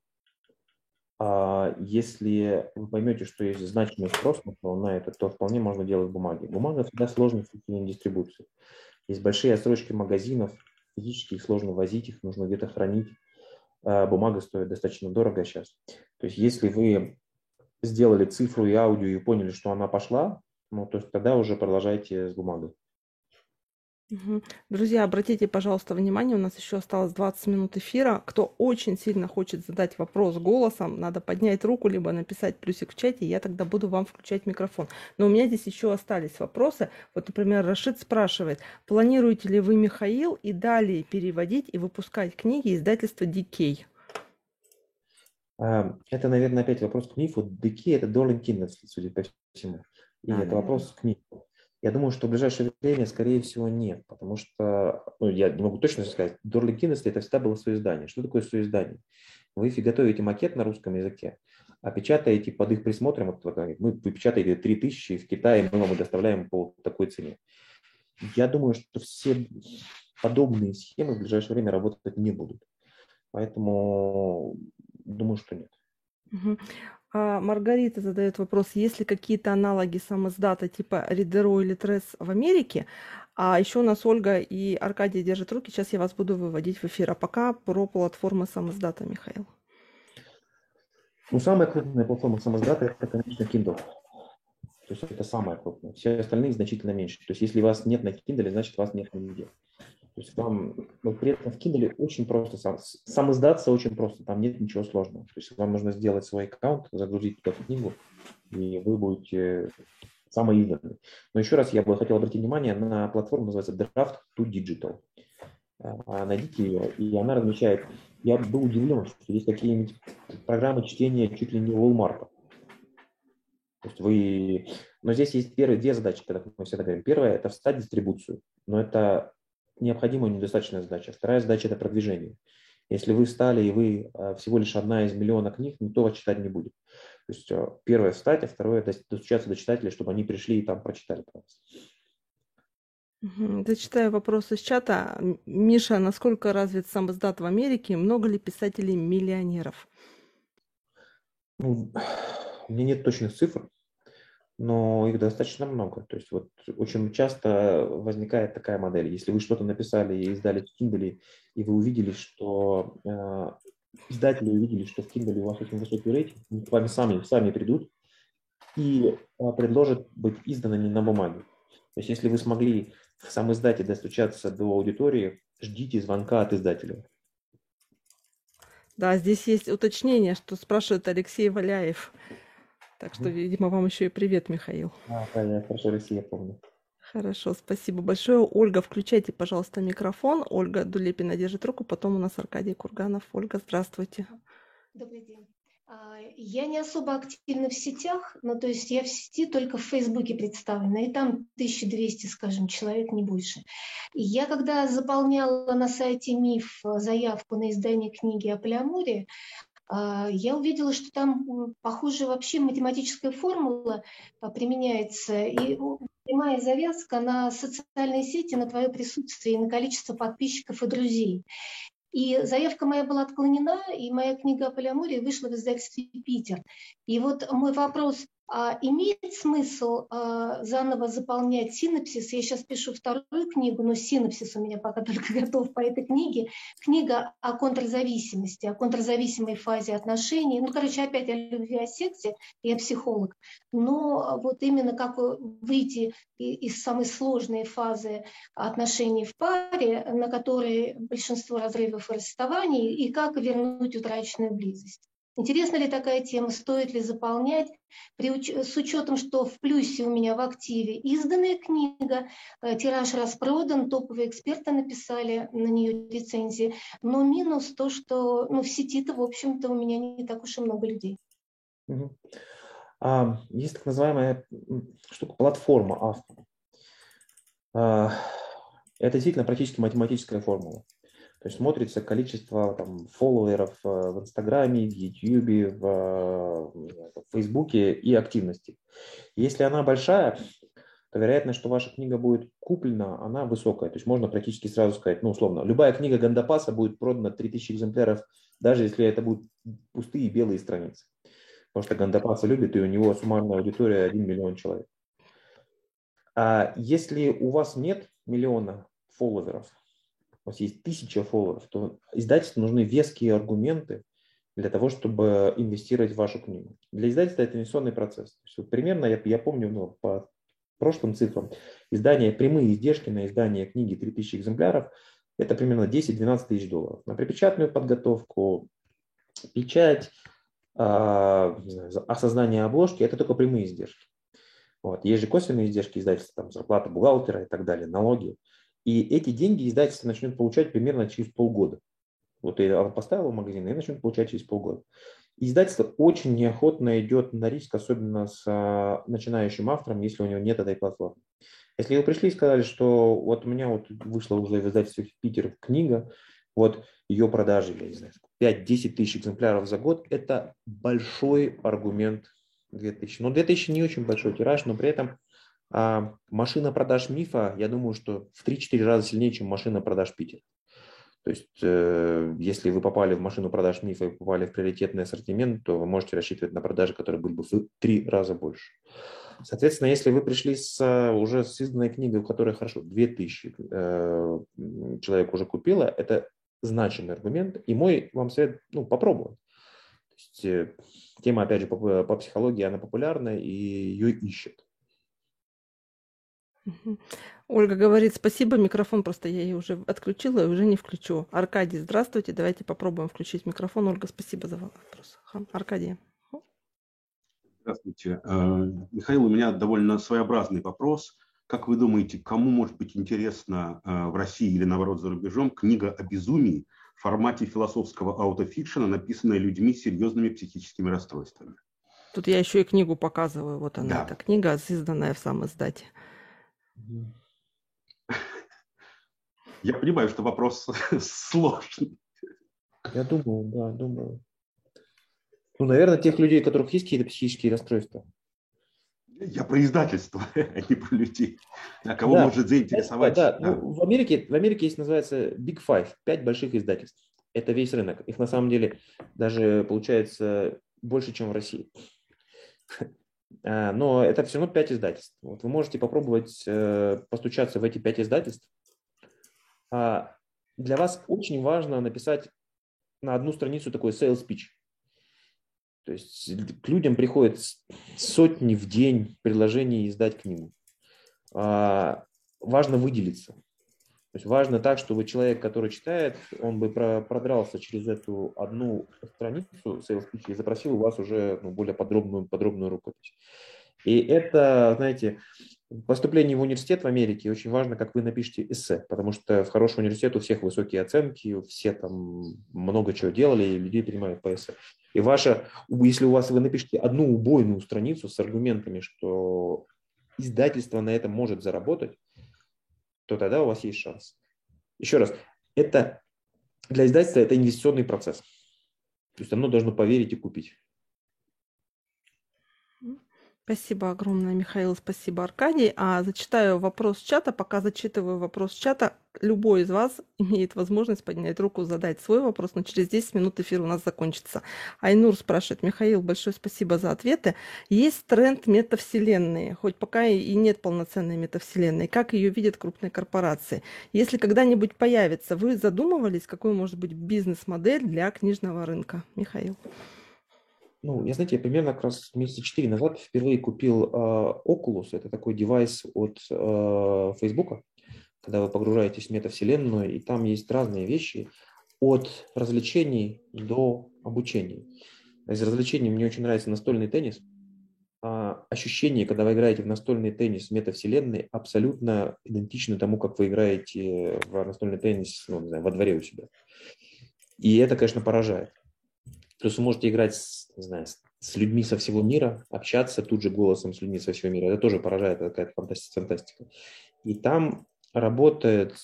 Если вы поймете, что есть значимый спрос на это, то вполне можно делать бумаги. Бумага всегда сложна в дистрибуции. Есть большие отсрочки магазинов, физически их сложно возить, их нужно где-то хранить. Бумага стоит достаточно дорого сейчас. То есть если вы сделали цифру и аудио и поняли, что она пошла, то есть тогда уже продолжайте с бумагой. Мгм. Друзья, обратите, пожалуйста, внимание, у нас еще осталось 20 минут эфира. Кто очень сильно хочет задать вопрос голосом, надо поднять руку, либо написать плюсик в чате, и я тогда буду вам включать микрофон. Но у меня здесь еще остались вопросы. Вот, например, Рашид спрашивает, планируете ли вы, Михаил, и далее переводить и выпускать книги издательства Дикей? Это, наверное, опять вопрос книг. Вот Деки – это Dorling Kindersley, судя по всему. И Да, это наверное. вопрос книг. Я думаю, что в ближайшее время, скорее всего, нет, потому что, я не могу точно сказать, Dorling Kindersley – это всегда было соиздание. Что такое соиздание? Вы готовите макет на русском языке, а печатаете под их присмотром, вы печатаете 3000 в Китае, мы вам доставляем по такой цене. Я думаю, что все подобные схемы в ближайшее время работать не будут. Поэтому думаю, что нет. Мгм. Маргарита задает вопрос, есть ли какие-то аналоги самоздата типа Ридеро или Трес в Америке? А еще у нас Ольга и Аркадий держат руки. Сейчас я вас буду выводить в эфир. А пока про платформы самиздата, Михаил. Ну, самая крупная платформа самиздата – это, конечно, Kindle. То есть это самое крупное. Все остальные значительно меньше. То есть если вас нет на Kindle, значит вас нет нигде. То есть вам, ну, при этом в Kindle очень просто, сам издаться очень просто, там нет ничего сложного. То есть вам нужно сделать свой аккаунт, загрузить туда книгу, и вы будете самоизданный. Но еще раз я бы хотел обратить внимание на платформу, называется Draft to Digital. Найдите ее, и она размещает. Я был удивлен, что есть какие-нибудь программы чтения чуть ли не Walmart. То есть вы... Но здесь есть первые две задачи, когда мы всегда говорим. Первая – это встать дистрибуцию, но это необходимая недостаточная задача. Вторая задача – это продвижение. Если вы встали, и вы всего лишь одна из миллиона книг, никто вас читать не будет. То есть первое – встать, а второе – достучаться до читателей, чтобы они пришли и там прочитали про вас. Зачитаю вопрос из чата. Миша, насколько развит самиздат в Америке? Много ли писателей-миллионеров? Ну, у меня нет точных цифр, но их достаточно много. То есть вот очень часто возникает такая модель. Если вы что-то написали и издали в Kindle, и вы увидели, что издатели увидели, что в Kindle у вас очень высокий рейтинг, они к вами сами придут и предложат быть изданными на бумаге. То есть если вы смогли в сам издате достучаться до аудитории, ждите звонка от издателя. Да, здесь есть уточнение, что спрашивает Алексей Валяев. Так что, видимо, вам еще и привет, Михаил. Да, хорошо, Россия, помню. Хорошо, спасибо большое. Ольга, включайте, пожалуйста, микрофон. Ольга Дулепина держит руку, потом у нас Аркадий Курганов. Ольга, здравствуйте. Добрый день. Я не особо активна в сетях, но то есть я в сети только в Фейсбуке представлена, и там 1200, скажем, человек, не больше. И я когда заполняла на сайте МИФ заявку на издание книги о Полиаморе, я увидела, что там, похоже, вообще математическая формула применяется, и прямая завязка на социальные сети, на твое присутствие и на количество подписчиков и друзей. И заявка моя была отклонена, и моя книга о полиамории вышла в издательстве «Питер». И вот мой вопрос, имеет смысл заново заполнять синопсис? Я сейчас пишу вторую книгу, но синопсис у меня пока только готов по этой книге. Книга о контрзависимости, о контрзависимой фазе отношений. Ну, короче, опять о любви, о сексе, я психолог. Но вот именно как выйти из самой сложной фазы отношений в паре, на которые большинство разрывов и расставаний, и как вернуть утраченную близость. Интересна ли такая тема, стоит ли заполнять, с учетом, что в плюсе у меня в активе изданная книга, тираж распродан, топовые эксперты написали на нее рецензии, но минус то, что в сети-то, в общем-то, у меня не так уж и много людей. Есть так называемая штука платформа автора. Это действительно практически математическая формула. То есть смотрится количество там, фолловеров в Инстаграме, в Ютьюбе, в Фейсбуке и активности. Если она большая, то вероятность, что ваша книга будет куплена, она высокая. То есть можно практически сразу сказать, ну, условно, любая книга Гандапаса будет продана 3000 экземпляров, даже если это будут пустые белые страницы. Потому что Гандапаса любит, и у него суммарная аудитория 1 миллион человек. А если у вас нет миллиона фолловеров, у вас есть 1000 фолловеров, то издательству нужны веские аргументы для того, чтобы инвестировать в вашу книгу. Для издательства это инвестиционный процесс. То есть, вот примерно, я помню, по прошлым цифрам, прямые издержки на издание книги 3000 экземпляров, это примерно 10-12 тысяч долларов. На припечатную подготовку, печать, осознание обложки – это только прямые издержки. Вот. Есть же косвенные издержки издательства, там, зарплата бухгалтера и так далее, налоги. И эти деньги издательство начнет получать примерно через полгода. Вот я поставил в магазин и начнет получать через полгода. Издательство очень неохотно идет на риск, особенно с начинающим автором, если у него нет этой платформы. Если вы пришли и сказали, что вот у меня вот вышла уже в издательстве Питер книга, вот ее продажи, я не знаю, 5-10 тысяч экземпляров за год, это большой аргумент 2000. Но 2000 не очень большой тираж, но при этом машина продаж Мифа, я думаю, что в 3-4 раза сильнее, чем машина продаж Питера. То есть, если вы попали в машину продаж Мифа и попали в приоритетный ассортимент, то вы можете рассчитывать на продажи, которые были бы в 3 раза больше. Соответственно, если вы пришли с уже с изданной книгой, у которой хорошо 2000 человек уже купило, это значимый аргумент. И мой вам совет, попробовать. То есть, тема, опять же, по психологии, она популярна, и ее ищут. Мгм. Ольга говорит, спасибо, микрофон просто я ее уже отключила и уже не включу. Аркадий, здравствуйте, давайте попробуем включить микрофон. Ольга, спасибо за вопрос. Аркадий. Здравствуйте. Михаил, у меня довольно своеобразный вопрос. Как вы думаете, кому может быть интересна в России или, наоборот, за рубежом книга о безумии в формате философского аутофикшена, написанная людьми с серьезными психическими расстройствами? Тут я еще и книгу показываю. Вот она, Да. эта книга, изданная в сам издате. Я понимаю, что вопрос сложный. Я думаю, да, думаю. Наверное, тех людей, у которых есть какие-то психические расстройства. Я про издательство, а не про людей. А кого Да, может заинтересовать? Да. В Америке есть, называется Big Five, 5 больших издательств. Это весь рынок. Их на самом деле даже получается больше, чем в России. Но это все равно 5 издательств. Вот вы можете попробовать постучаться в эти 5 издательств. Для вас очень важно написать на одну страницу такой sales pitch. То есть к людям приходят сотни в день предложений издать книгу. Важно выделиться. То есть важно так, чтобы человек, который читает, он бы продрался через эту одну страницу sales pitch и запросил у вас уже более подробную рукопись. И это, знаете, поступление в университет в Америке очень важно, как вы напишете эссе, потому что в хороший университет у всех высокие оценки, все там много чего делали, и людей принимают по эссе. И если вы напишете одну убойную страницу с аргументами, что издательство на этом может заработать, то тогда у вас есть шанс. Еще раз, для издательства это инвестиционный процесс. То есть оно должно поверить и купить. Спасибо огромное, Михаил, спасибо, Аркадий. Зачитаю вопрос чата. Пока зачитываю вопрос чата, любой из вас имеет возможность поднять руку, задать свой вопрос, но через 10 минут эфир у нас закончится. Айнур спрашивает: Михаил, большое спасибо за ответы. Есть тренд метавселенной, хоть пока и нет полноценной метавселенной. Как ее видят крупные корпорации? Если когда-нибудь появится, вы задумывались, какой может быть бизнес-модель для книжного рынка? Михаил. Я примерно как раз месяца 4 назад впервые купил Oculus. Это такой девайс от Facebook, когда вы погружаетесь в метавселенную, и там есть разные вещи от развлечений до обучения. Из развлечений мне очень нравится настольный теннис. Ощущение, когда вы играете в настольный теннис в метавселенной, абсолютно идентично тому, как вы играете в настольный теннис во дворе у себя. И это, конечно, поражает. То есть вы можете играть с людьми со всего мира, общаться тут же голосом с людьми со всего мира. Это тоже поражает, это какая-то фантастика. И там работают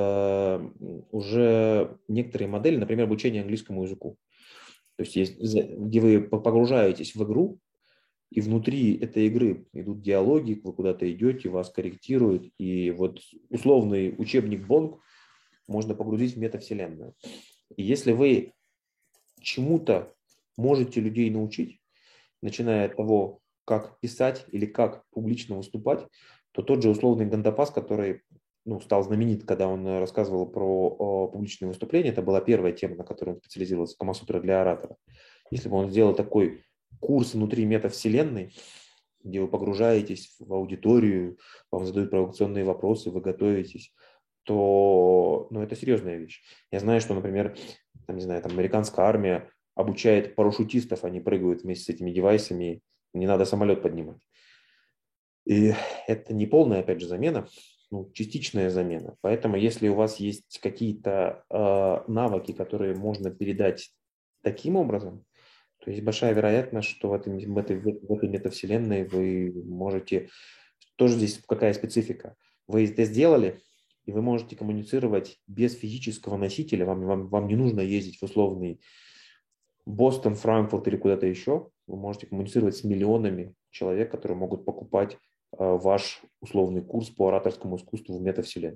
уже некоторые модели, например, обучение английскому языку. То есть где вы погружаетесь в игру, и внутри этой игры идут диалоги, вы куда-то идете, вас корректируют, и вот условный учебник Бонг можно погрузить в метавселенную. И если вы чему-то можете людей научить, начиная от того, как писать или как публично выступать, то тот же условный Гандапас, который стал знаменит, когда он рассказывал про публичные выступления, это была первая тема, на которой он специализировался, Камасутра для оратора. Если бы он сделал такой курс внутри метавселенной, где вы погружаетесь в аудиторию, вам задают провокационные вопросы, вы готовитесь, то это серьезная вещь. Я знаю, что, например, американская армия обучает парашютистов, они прыгают вместе с этими девайсами, не надо самолет поднимать. И это не полная, опять же, замена, частичная замена. Поэтому, если у вас есть какие-то навыки, которые можно передать таким образом, то есть большая вероятность, что в этой метавселенной вы можете... Тоже здесь какая специфика. Вы это сделали, и вы можете коммуницировать без физического носителя. Вам не нужно ездить в условный Бостон, Франкфурт или куда-то еще. Вы можете коммуницировать с миллионами человек, которые могут покупать ваш условный курс по ораторскому искусству в метавселенной.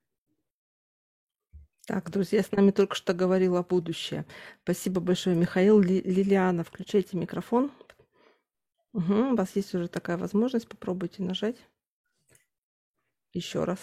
Так, друзья, с нами только что говорила будущее. Спасибо большое, Михаил. Лилиана, включайте микрофон. Угу, у вас есть уже такая возможность, попробуйте нажать еще раз.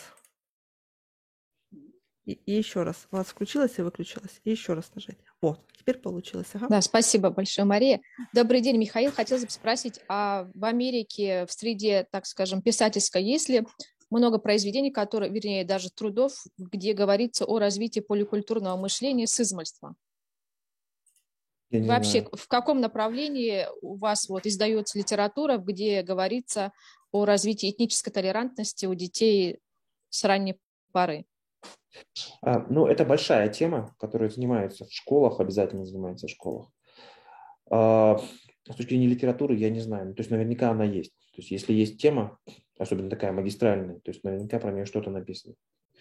И еще раз. У вас включилось и выключилось. И еще раз нажать. Вот, теперь получилось. Ага. Да, спасибо большое, Мария. Добрый день, Михаил. Хотелось бы спросить, а в Америке в среде, так скажем, писательской есть ли много произведений, которые, вернее, даже трудов, где говорится о развитии поликультурного мышления с измальства? Я не Вообще, знаю. в каком направлении у вас вот издается литература, где говорится о развитии этнической толерантности у детей с ранней поры? Ну, это большая тема, которая занимается в школах, обязательно занимается в школах. С точки зрения литературы я не знаю. Ну, то есть наверняка она есть. То есть если есть тема, особенно такая магистральная, то есть наверняка про нее что-то написано.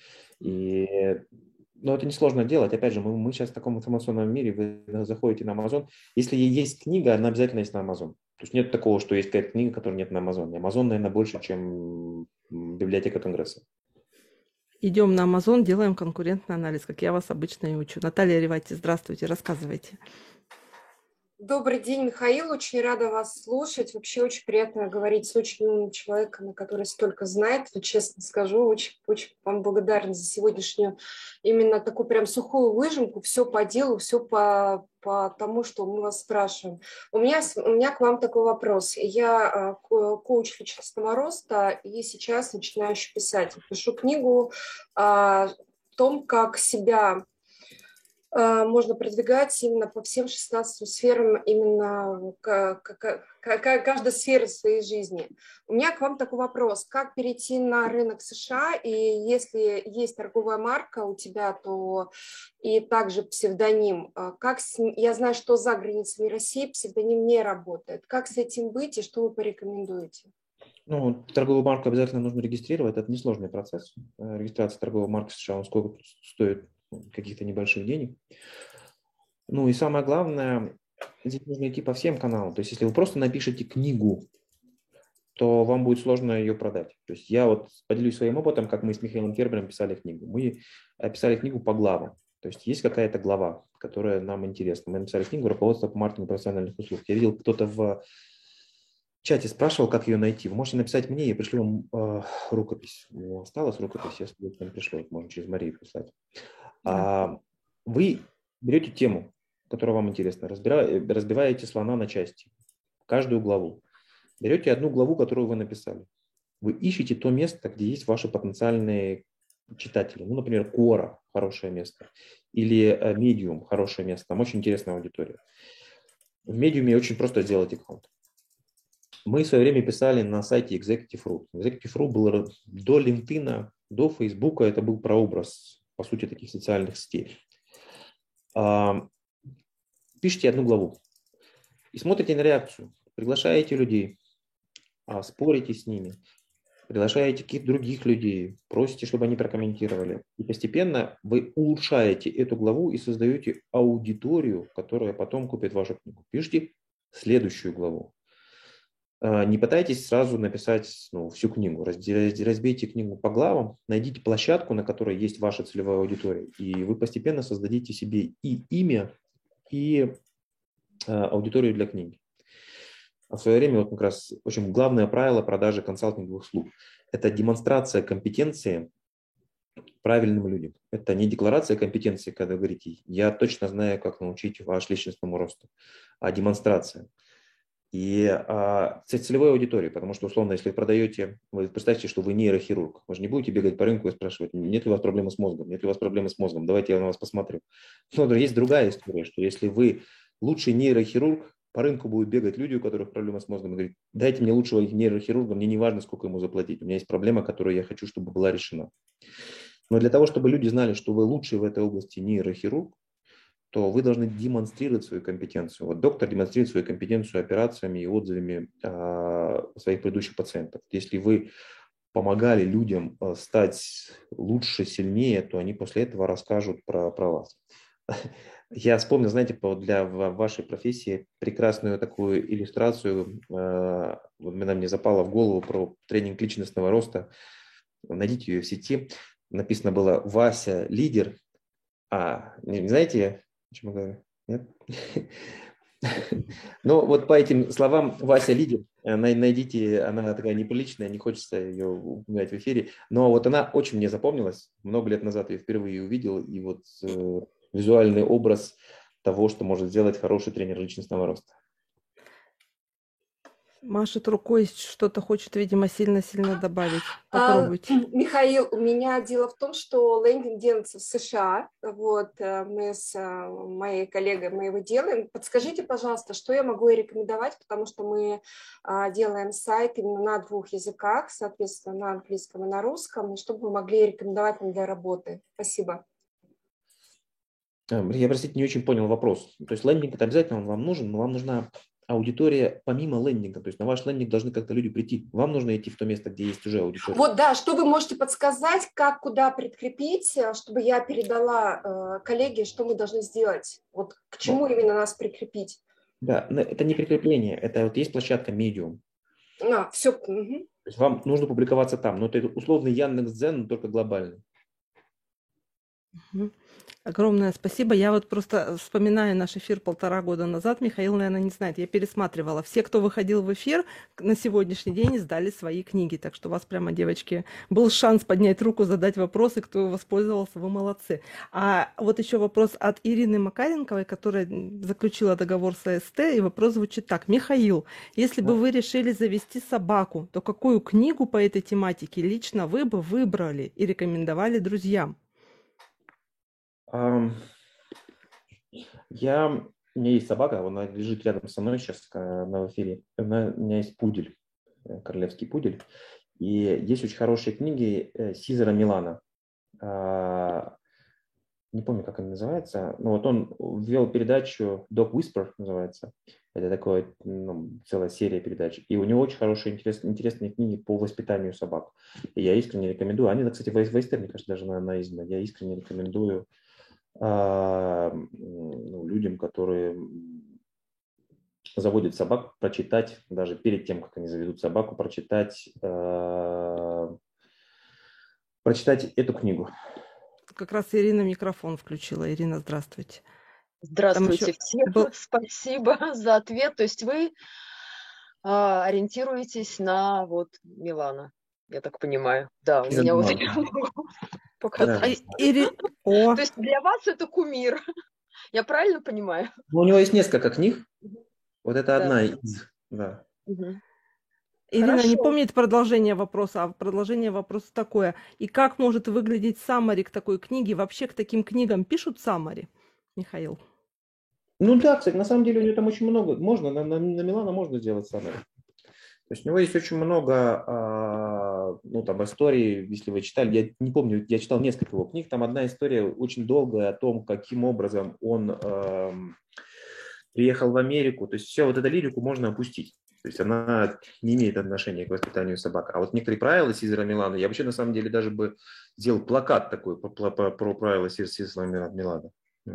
Но это несложно делать. Опять же, мы сейчас в таком информационном мире, вы заходите на Amazon. Если есть книга, она обязательно есть на Amazon. То есть нет такого, что есть какая-то книга, которой нет на Amazon. Amazon, наверное, больше, чем библиотека Конгресса. Идем на Amazon, делаем конкурентный анализ, как я вас обычно и учу. Наталья Ревати, здравствуйте, рассказывайте. Добрый день, Михаил. Очень рада вас слушать. Вообще очень приятно говорить с очень умным человеком, который столько знает. Вот честно скажу, очень вам благодарна за сегодняшнюю именно такую прям сухую выжимку. Все по делу, все по тому, что мы вас спрашиваем. У меня к вам такой вопрос. Я коуч личностного роста и сейчас начинающий писатель. Пишу книгу о том, как себя можно продвигать именно по всем 16 сферам, именно каждой сфере своей жизни. У меня к вам такой вопрос. Как перейти на рынок США, и если есть торговая марка у тебя, то и также псевдоним. Я знаю, что за границами России псевдоним не работает. Как с этим быть, и что вы порекомендуете? Ну, торговую марку обязательно нужно регистрировать. Это несложный процесс. Регистрация торговой марки в США, он сколько стоит? Каких-то небольших денег. Ну и самое главное, здесь нужно идти по всем каналам. То есть если вы просто напишете книгу, то вам будет сложно ее продать. То есть я вот поделюсь своим опытом, как мы с Михаилом Кербером писали книгу. Мы писали книгу по главам. То есть есть какая-то глава, которая нам интересна. Мы написали книгу «Руководство по маркетингу профессиональных услуг». Я видел, кто-то в чате спрашивал, как ее найти. Вы можете написать мне, я пришлю вам рукопись. У меня осталась рукопись, я вам пришлю. Можно через Марию прислать. Вы берете тему, которая вам интересна, разбиваете слона на части, каждую главу. Берете одну главу, которую вы написали. Вы ищете то место, где есть ваши потенциальные читатели. Ну, например, Quora – хорошее место. Или Medium – хорошее место. Там очень интересная аудитория. В Medium очень просто сделать аккаунт. Мы в свое время писали на сайте Executive.ru. Executive.ru был до LinkedIn, до Facebook, это был прообраз, по сути, таких социальных сетей. Пишите одну главу и смотрите на реакцию. Приглашаете людей, спорите с ними, приглашаете каких-то других людей, просите, чтобы они прокомментировали. И постепенно вы улучшаете эту главу и создаете аудиторию, которая потом купит вашу книгу. Пишите следующую главу. Не пытайтесь сразу написать всю книгу. Разбейте книгу по главам, найдите площадку, на которой есть ваша целевая аудитория, и вы постепенно создадите себе и имя, и аудиторию для книги. А в свое время вот как раз очень главное правило продажи консалтинговых услуг – это демонстрация компетенции правильным людям. Это не декларация компетенции, когда вы говорите «я точно знаю, как научить ваш личностному росту», а демонстрация. И целевой аудитории, потому что, условно, если вы продаете, вы представьте, что вы нейрохирург, вы же не будете бегать по рынку и спрашивать, нет ли у вас проблемы с мозгом, нет ли у вас проблемы с мозгом, давайте я на вас посмотрю. Но есть другая история, что если вы лучший нейрохирург, по рынку будут бегать люди, у которых проблемы с мозгом, и говорят, дайте мне лучшего нейрохирурга, мне не важно, сколько ему заплатить, у меня есть проблема, которую я хочу, чтобы была решена. Но для того, чтобы люди знали, что вы лучший в этой области нейрохирург, то вы должны демонстрировать свою компетенцию. Вот доктор демонстрирует свою компетенцию операциями и отзывами своих предыдущих пациентов. Если вы помогали людям стать лучше, сильнее, то они после этого расскажут про вас. Я вспомнил, знаете, для вашей профессии прекрасную такую иллюстрацию. Она мне запала в голову про тренинг личностного роста. Найдите ее в сети. Написано было «Вася – лидер». Не знаете, о чем я говорю? Нет? Ну, вот по этим словам Вася лидер. Найдите, она такая неприличная, не хочется ее упоминать в эфире. Но вот она очень мне запомнилась. Много лет назад я впервые увидел. И вот визуальный образ того, что может сделать хороший тренер личностного роста. Машет рукой, что-то хочет, видимо, сильно-сильно добавить. Попробуйте. Михаил, у меня дело в том, что лендинг делается в США. Вот, мы с моей коллегой мы его делаем. Подскажите, пожалуйста, что я могу ей рекомендовать, потому что мы делаем сайт именно на 2 языках, соответственно, на английском и на русском, и чтобы вы могли рекомендовать нам для работы. Спасибо. Я, простите, не очень понял вопрос. То есть лендинг это обязательно он вам нужен, но вам нужна аудитория помимо лендинга. То есть на ваш лендинг должны как-то люди прийти. Вам нужно идти в то место, где есть уже аудитория. Вот, да, что вы можете подсказать, как, куда прикрепить, чтобы я передала коллеге, что мы должны сделать? Вот к чему именно нас прикрепить? Да, это не прикрепление, это вот есть площадка Medium. Все. То есть вам нужно публиковаться там, но это условный Яндекс.Дзен, но только глобальный. Огромное спасибо. Я вот просто вспоминаю наш эфир 1,5 года назад. Михаил, наверное, не знает. Я пересматривала. Все, кто выходил в эфир, на сегодняшний день сдали свои книги. Так что у вас прямо, девочки, был шанс поднять руку, задать вопросы. Кто воспользовался, вы молодцы. А вот еще вопрос от Ирины Макаренковой, которая заключила договор с АСТ. И вопрос звучит так. Михаил, если бы вы решили завести собаку, то какую книгу по этой тематике лично вы бы выбрали и рекомендовали друзьям? У меня есть собака, она лежит рядом со мной сейчас на эфире. У меня есть пудель, королевский пудель. И есть очень хорошие книги Сизера Милана. Не помню, как она называется. Но вот он ввел передачу Dog Whisper, называется. Это такая целая серия передач. И у него очень хорошие, интересные книги по воспитанию собак. И я искренне рекомендую. Они, кстати, в АСТ, мне кажется, даже на издана. Я искренне рекомендую людям, которые заводят собак, прочитать, даже перед тем, как они заведут собаку, прочитать эту книгу. Как раз Ирина микрофон включила. Ирина, здравствуйте. Здравствуйте всем. Спасибо за ответ. То есть вы ориентируетесь на вот Милана, я так понимаю. Да, у меня вот показалось. То есть для вас это кумир. Я правильно понимаю? У него есть несколько книг. Вот это одна из. Да. Ирина не помнит продолжение вопроса, а продолжение вопроса такое. И как может выглядеть саммари к такой книге? Вообще к таким книгам пишут саммари, Михаил? Ну да, кстати, на самом деле у него там очень много. Можно, на Милана можно сделать саммари. То есть у него есть очень много там историй, если вы читали, я не помню, я читал несколько его книг, там одна история очень долгая о том, каким образом он приехал в Америку. То есть все вот эту лирику можно опустить. То есть она не имеет отношения к воспитанию собак. А вот некоторые правила Сизера Милана, я вообще на самом деле даже бы сделал плакат такой про правила Сизера Милана.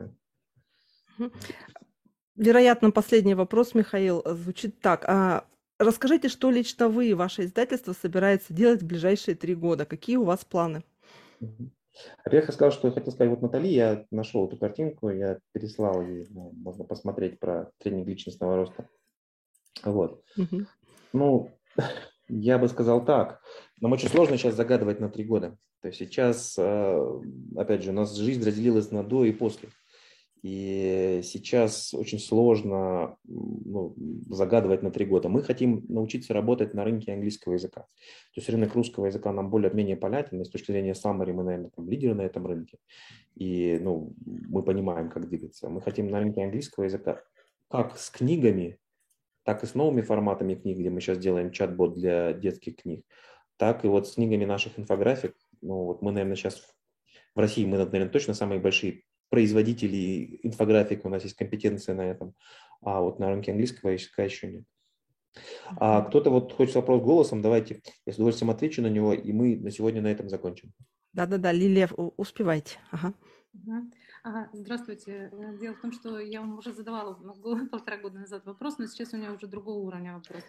Вероятно, последний вопрос, Михаил, звучит так. Расскажите, что лично вы и ваше издательство собирается делать в ближайшие 3 года? Какие у вас планы? Во-первых, я сказал, что я хотел сказать, вот Натали, я нашел эту картинку, я переслал ей, можно посмотреть про тренинг личностного роста. Вот. Ну, я бы сказал так, нам очень сложно сейчас загадывать на 3 года. То есть сейчас, опять же, у нас жизнь разделилась на до и после. И сейчас очень сложно загадывать на 3 года. Мы хотим научиться работать на рынке английского языка. То есть рынок русского языка нам более-менее понятен. И с точки зрения summary мы, наверное, там лидеры на этом рынке. И мы понимаем, как двигаться. Мы хотим на рынке английского языка как с книгами, так и с новыми форматами книг, где мы сейчас делаем чат-бот для детских книг, так и вот с книгами наших инфографик. Мы, наверное, сейчас в России, мы, наверное, точно самые большие производители инфографик, у нас есть компетенция на этом, а вот на рынке английского языка еще нет. А кто-то вот хочет вопрос голосом, давайте я с удовольствием отвечу на него, и мы на сегодня на этом закончим. Да-да-да, Лилия, успевайте. Здравствуйте. Дело в том, что я вам уже задавала 1,5 года назад вопрос, но сейчас у меня уже другого уровня вопрос.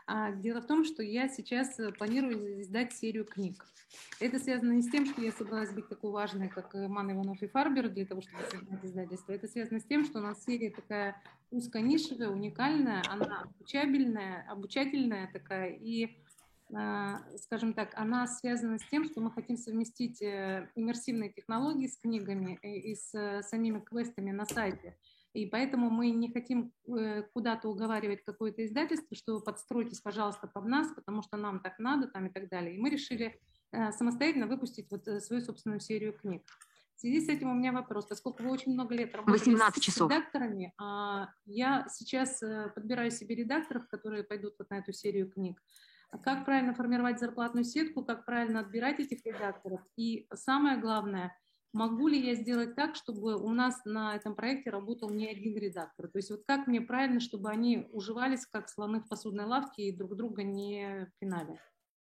Дело в том, что я сейчас планирую издать серию книг. Это связано не с тем, что я собралась быть такой важной, как Ман, Иванов и Фарбер, для того, чтобы создать издательство. Это связано с тем, что у нас серия такая узконишевая, уникальная, она обучательная такая, и, скажем так, она связана с тем, что мы хотим совместить иммерсивные технологии с книгами и с самими квестами на сайте. И поэтому мы не хотим куда-то уговаривать какое-то издательство, что подстройтесь, пожалуйста, под нас, потому что нам так надо, там и так далее. И мы решили самостоятельно выпустить вот свою собственную серию книг. В связи с этим у меня вопрос. Поскольку вы очень много лет работали с редакторами, я сейчас подбираю себе редакторов, которые пойдут вот на эту серию книг. Как правильно формировать зарплатную сетку, как правильно отбирать этих редакторов. И самое главное, могу ли я сделать так, чтобы у нас на этом проекте работал не один редактор? То есть вот как мне правильно, чтобы они уживались как слоны в посудной лавке и друг друга не пинали?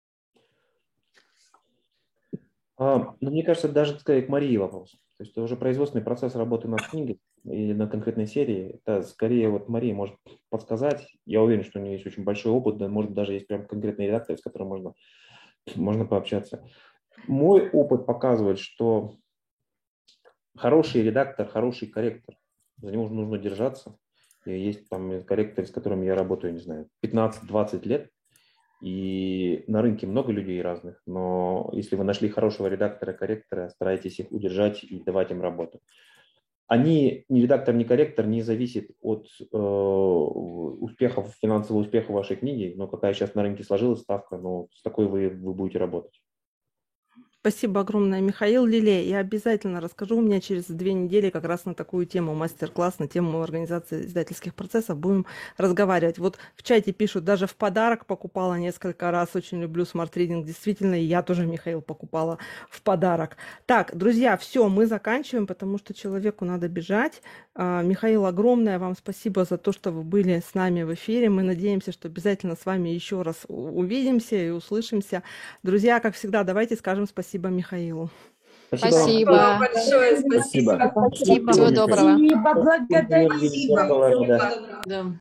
Мне кажется, даже скорее к Марии вопрос. То есть это уже производственный процесс работы над книгой или на конкретной серии. Это скорее вот Мария может подсказать. Я уверен, что у нее есть очень большой опыт, да, может даже есть прям конкретный редактор, с которым можно пообщаться. Мой опыт показывает, что хороший редактор, хороший корректор, за него нужно держаться. И есть там корректоры, с которыми я работаю, не знаю, 15-20 лет. И на рынке много людей разных, но если вы нашли хорошего редактора, корректора, старайтесь их удержать и давать им работу. Ни редактор, ни корректор не зависит от финансового успеха вашей книги, но какая сейчас на рынке сложилась ставка, но с такой вы будете работать. Спасибо огромное, Михаил. Лилия, я обязательно расскажу. У меня через 2 недели как раз на такую тему, мастер-класс на тему организации издательских процессов будем разговаривать. Вот в чате пишут, даже в подарок покупала несколько раз. Очень люблю смарт-ридинг. Действительно, и я тоже, Михаил, покупала в подарок. Так, друзья, все, мы заканчиваем, потому что человеку надо бежать. Михаил, огромное вам спасибо за то, что вы были с нами в эфире. Мы надеемся, что обязательно с вами еще раз увидимся и услышимся. Друзья, как всегда, давайте скажем спасибо Михаилу. Спасибо большое. Спасибо. Всего доброго. Благодарю.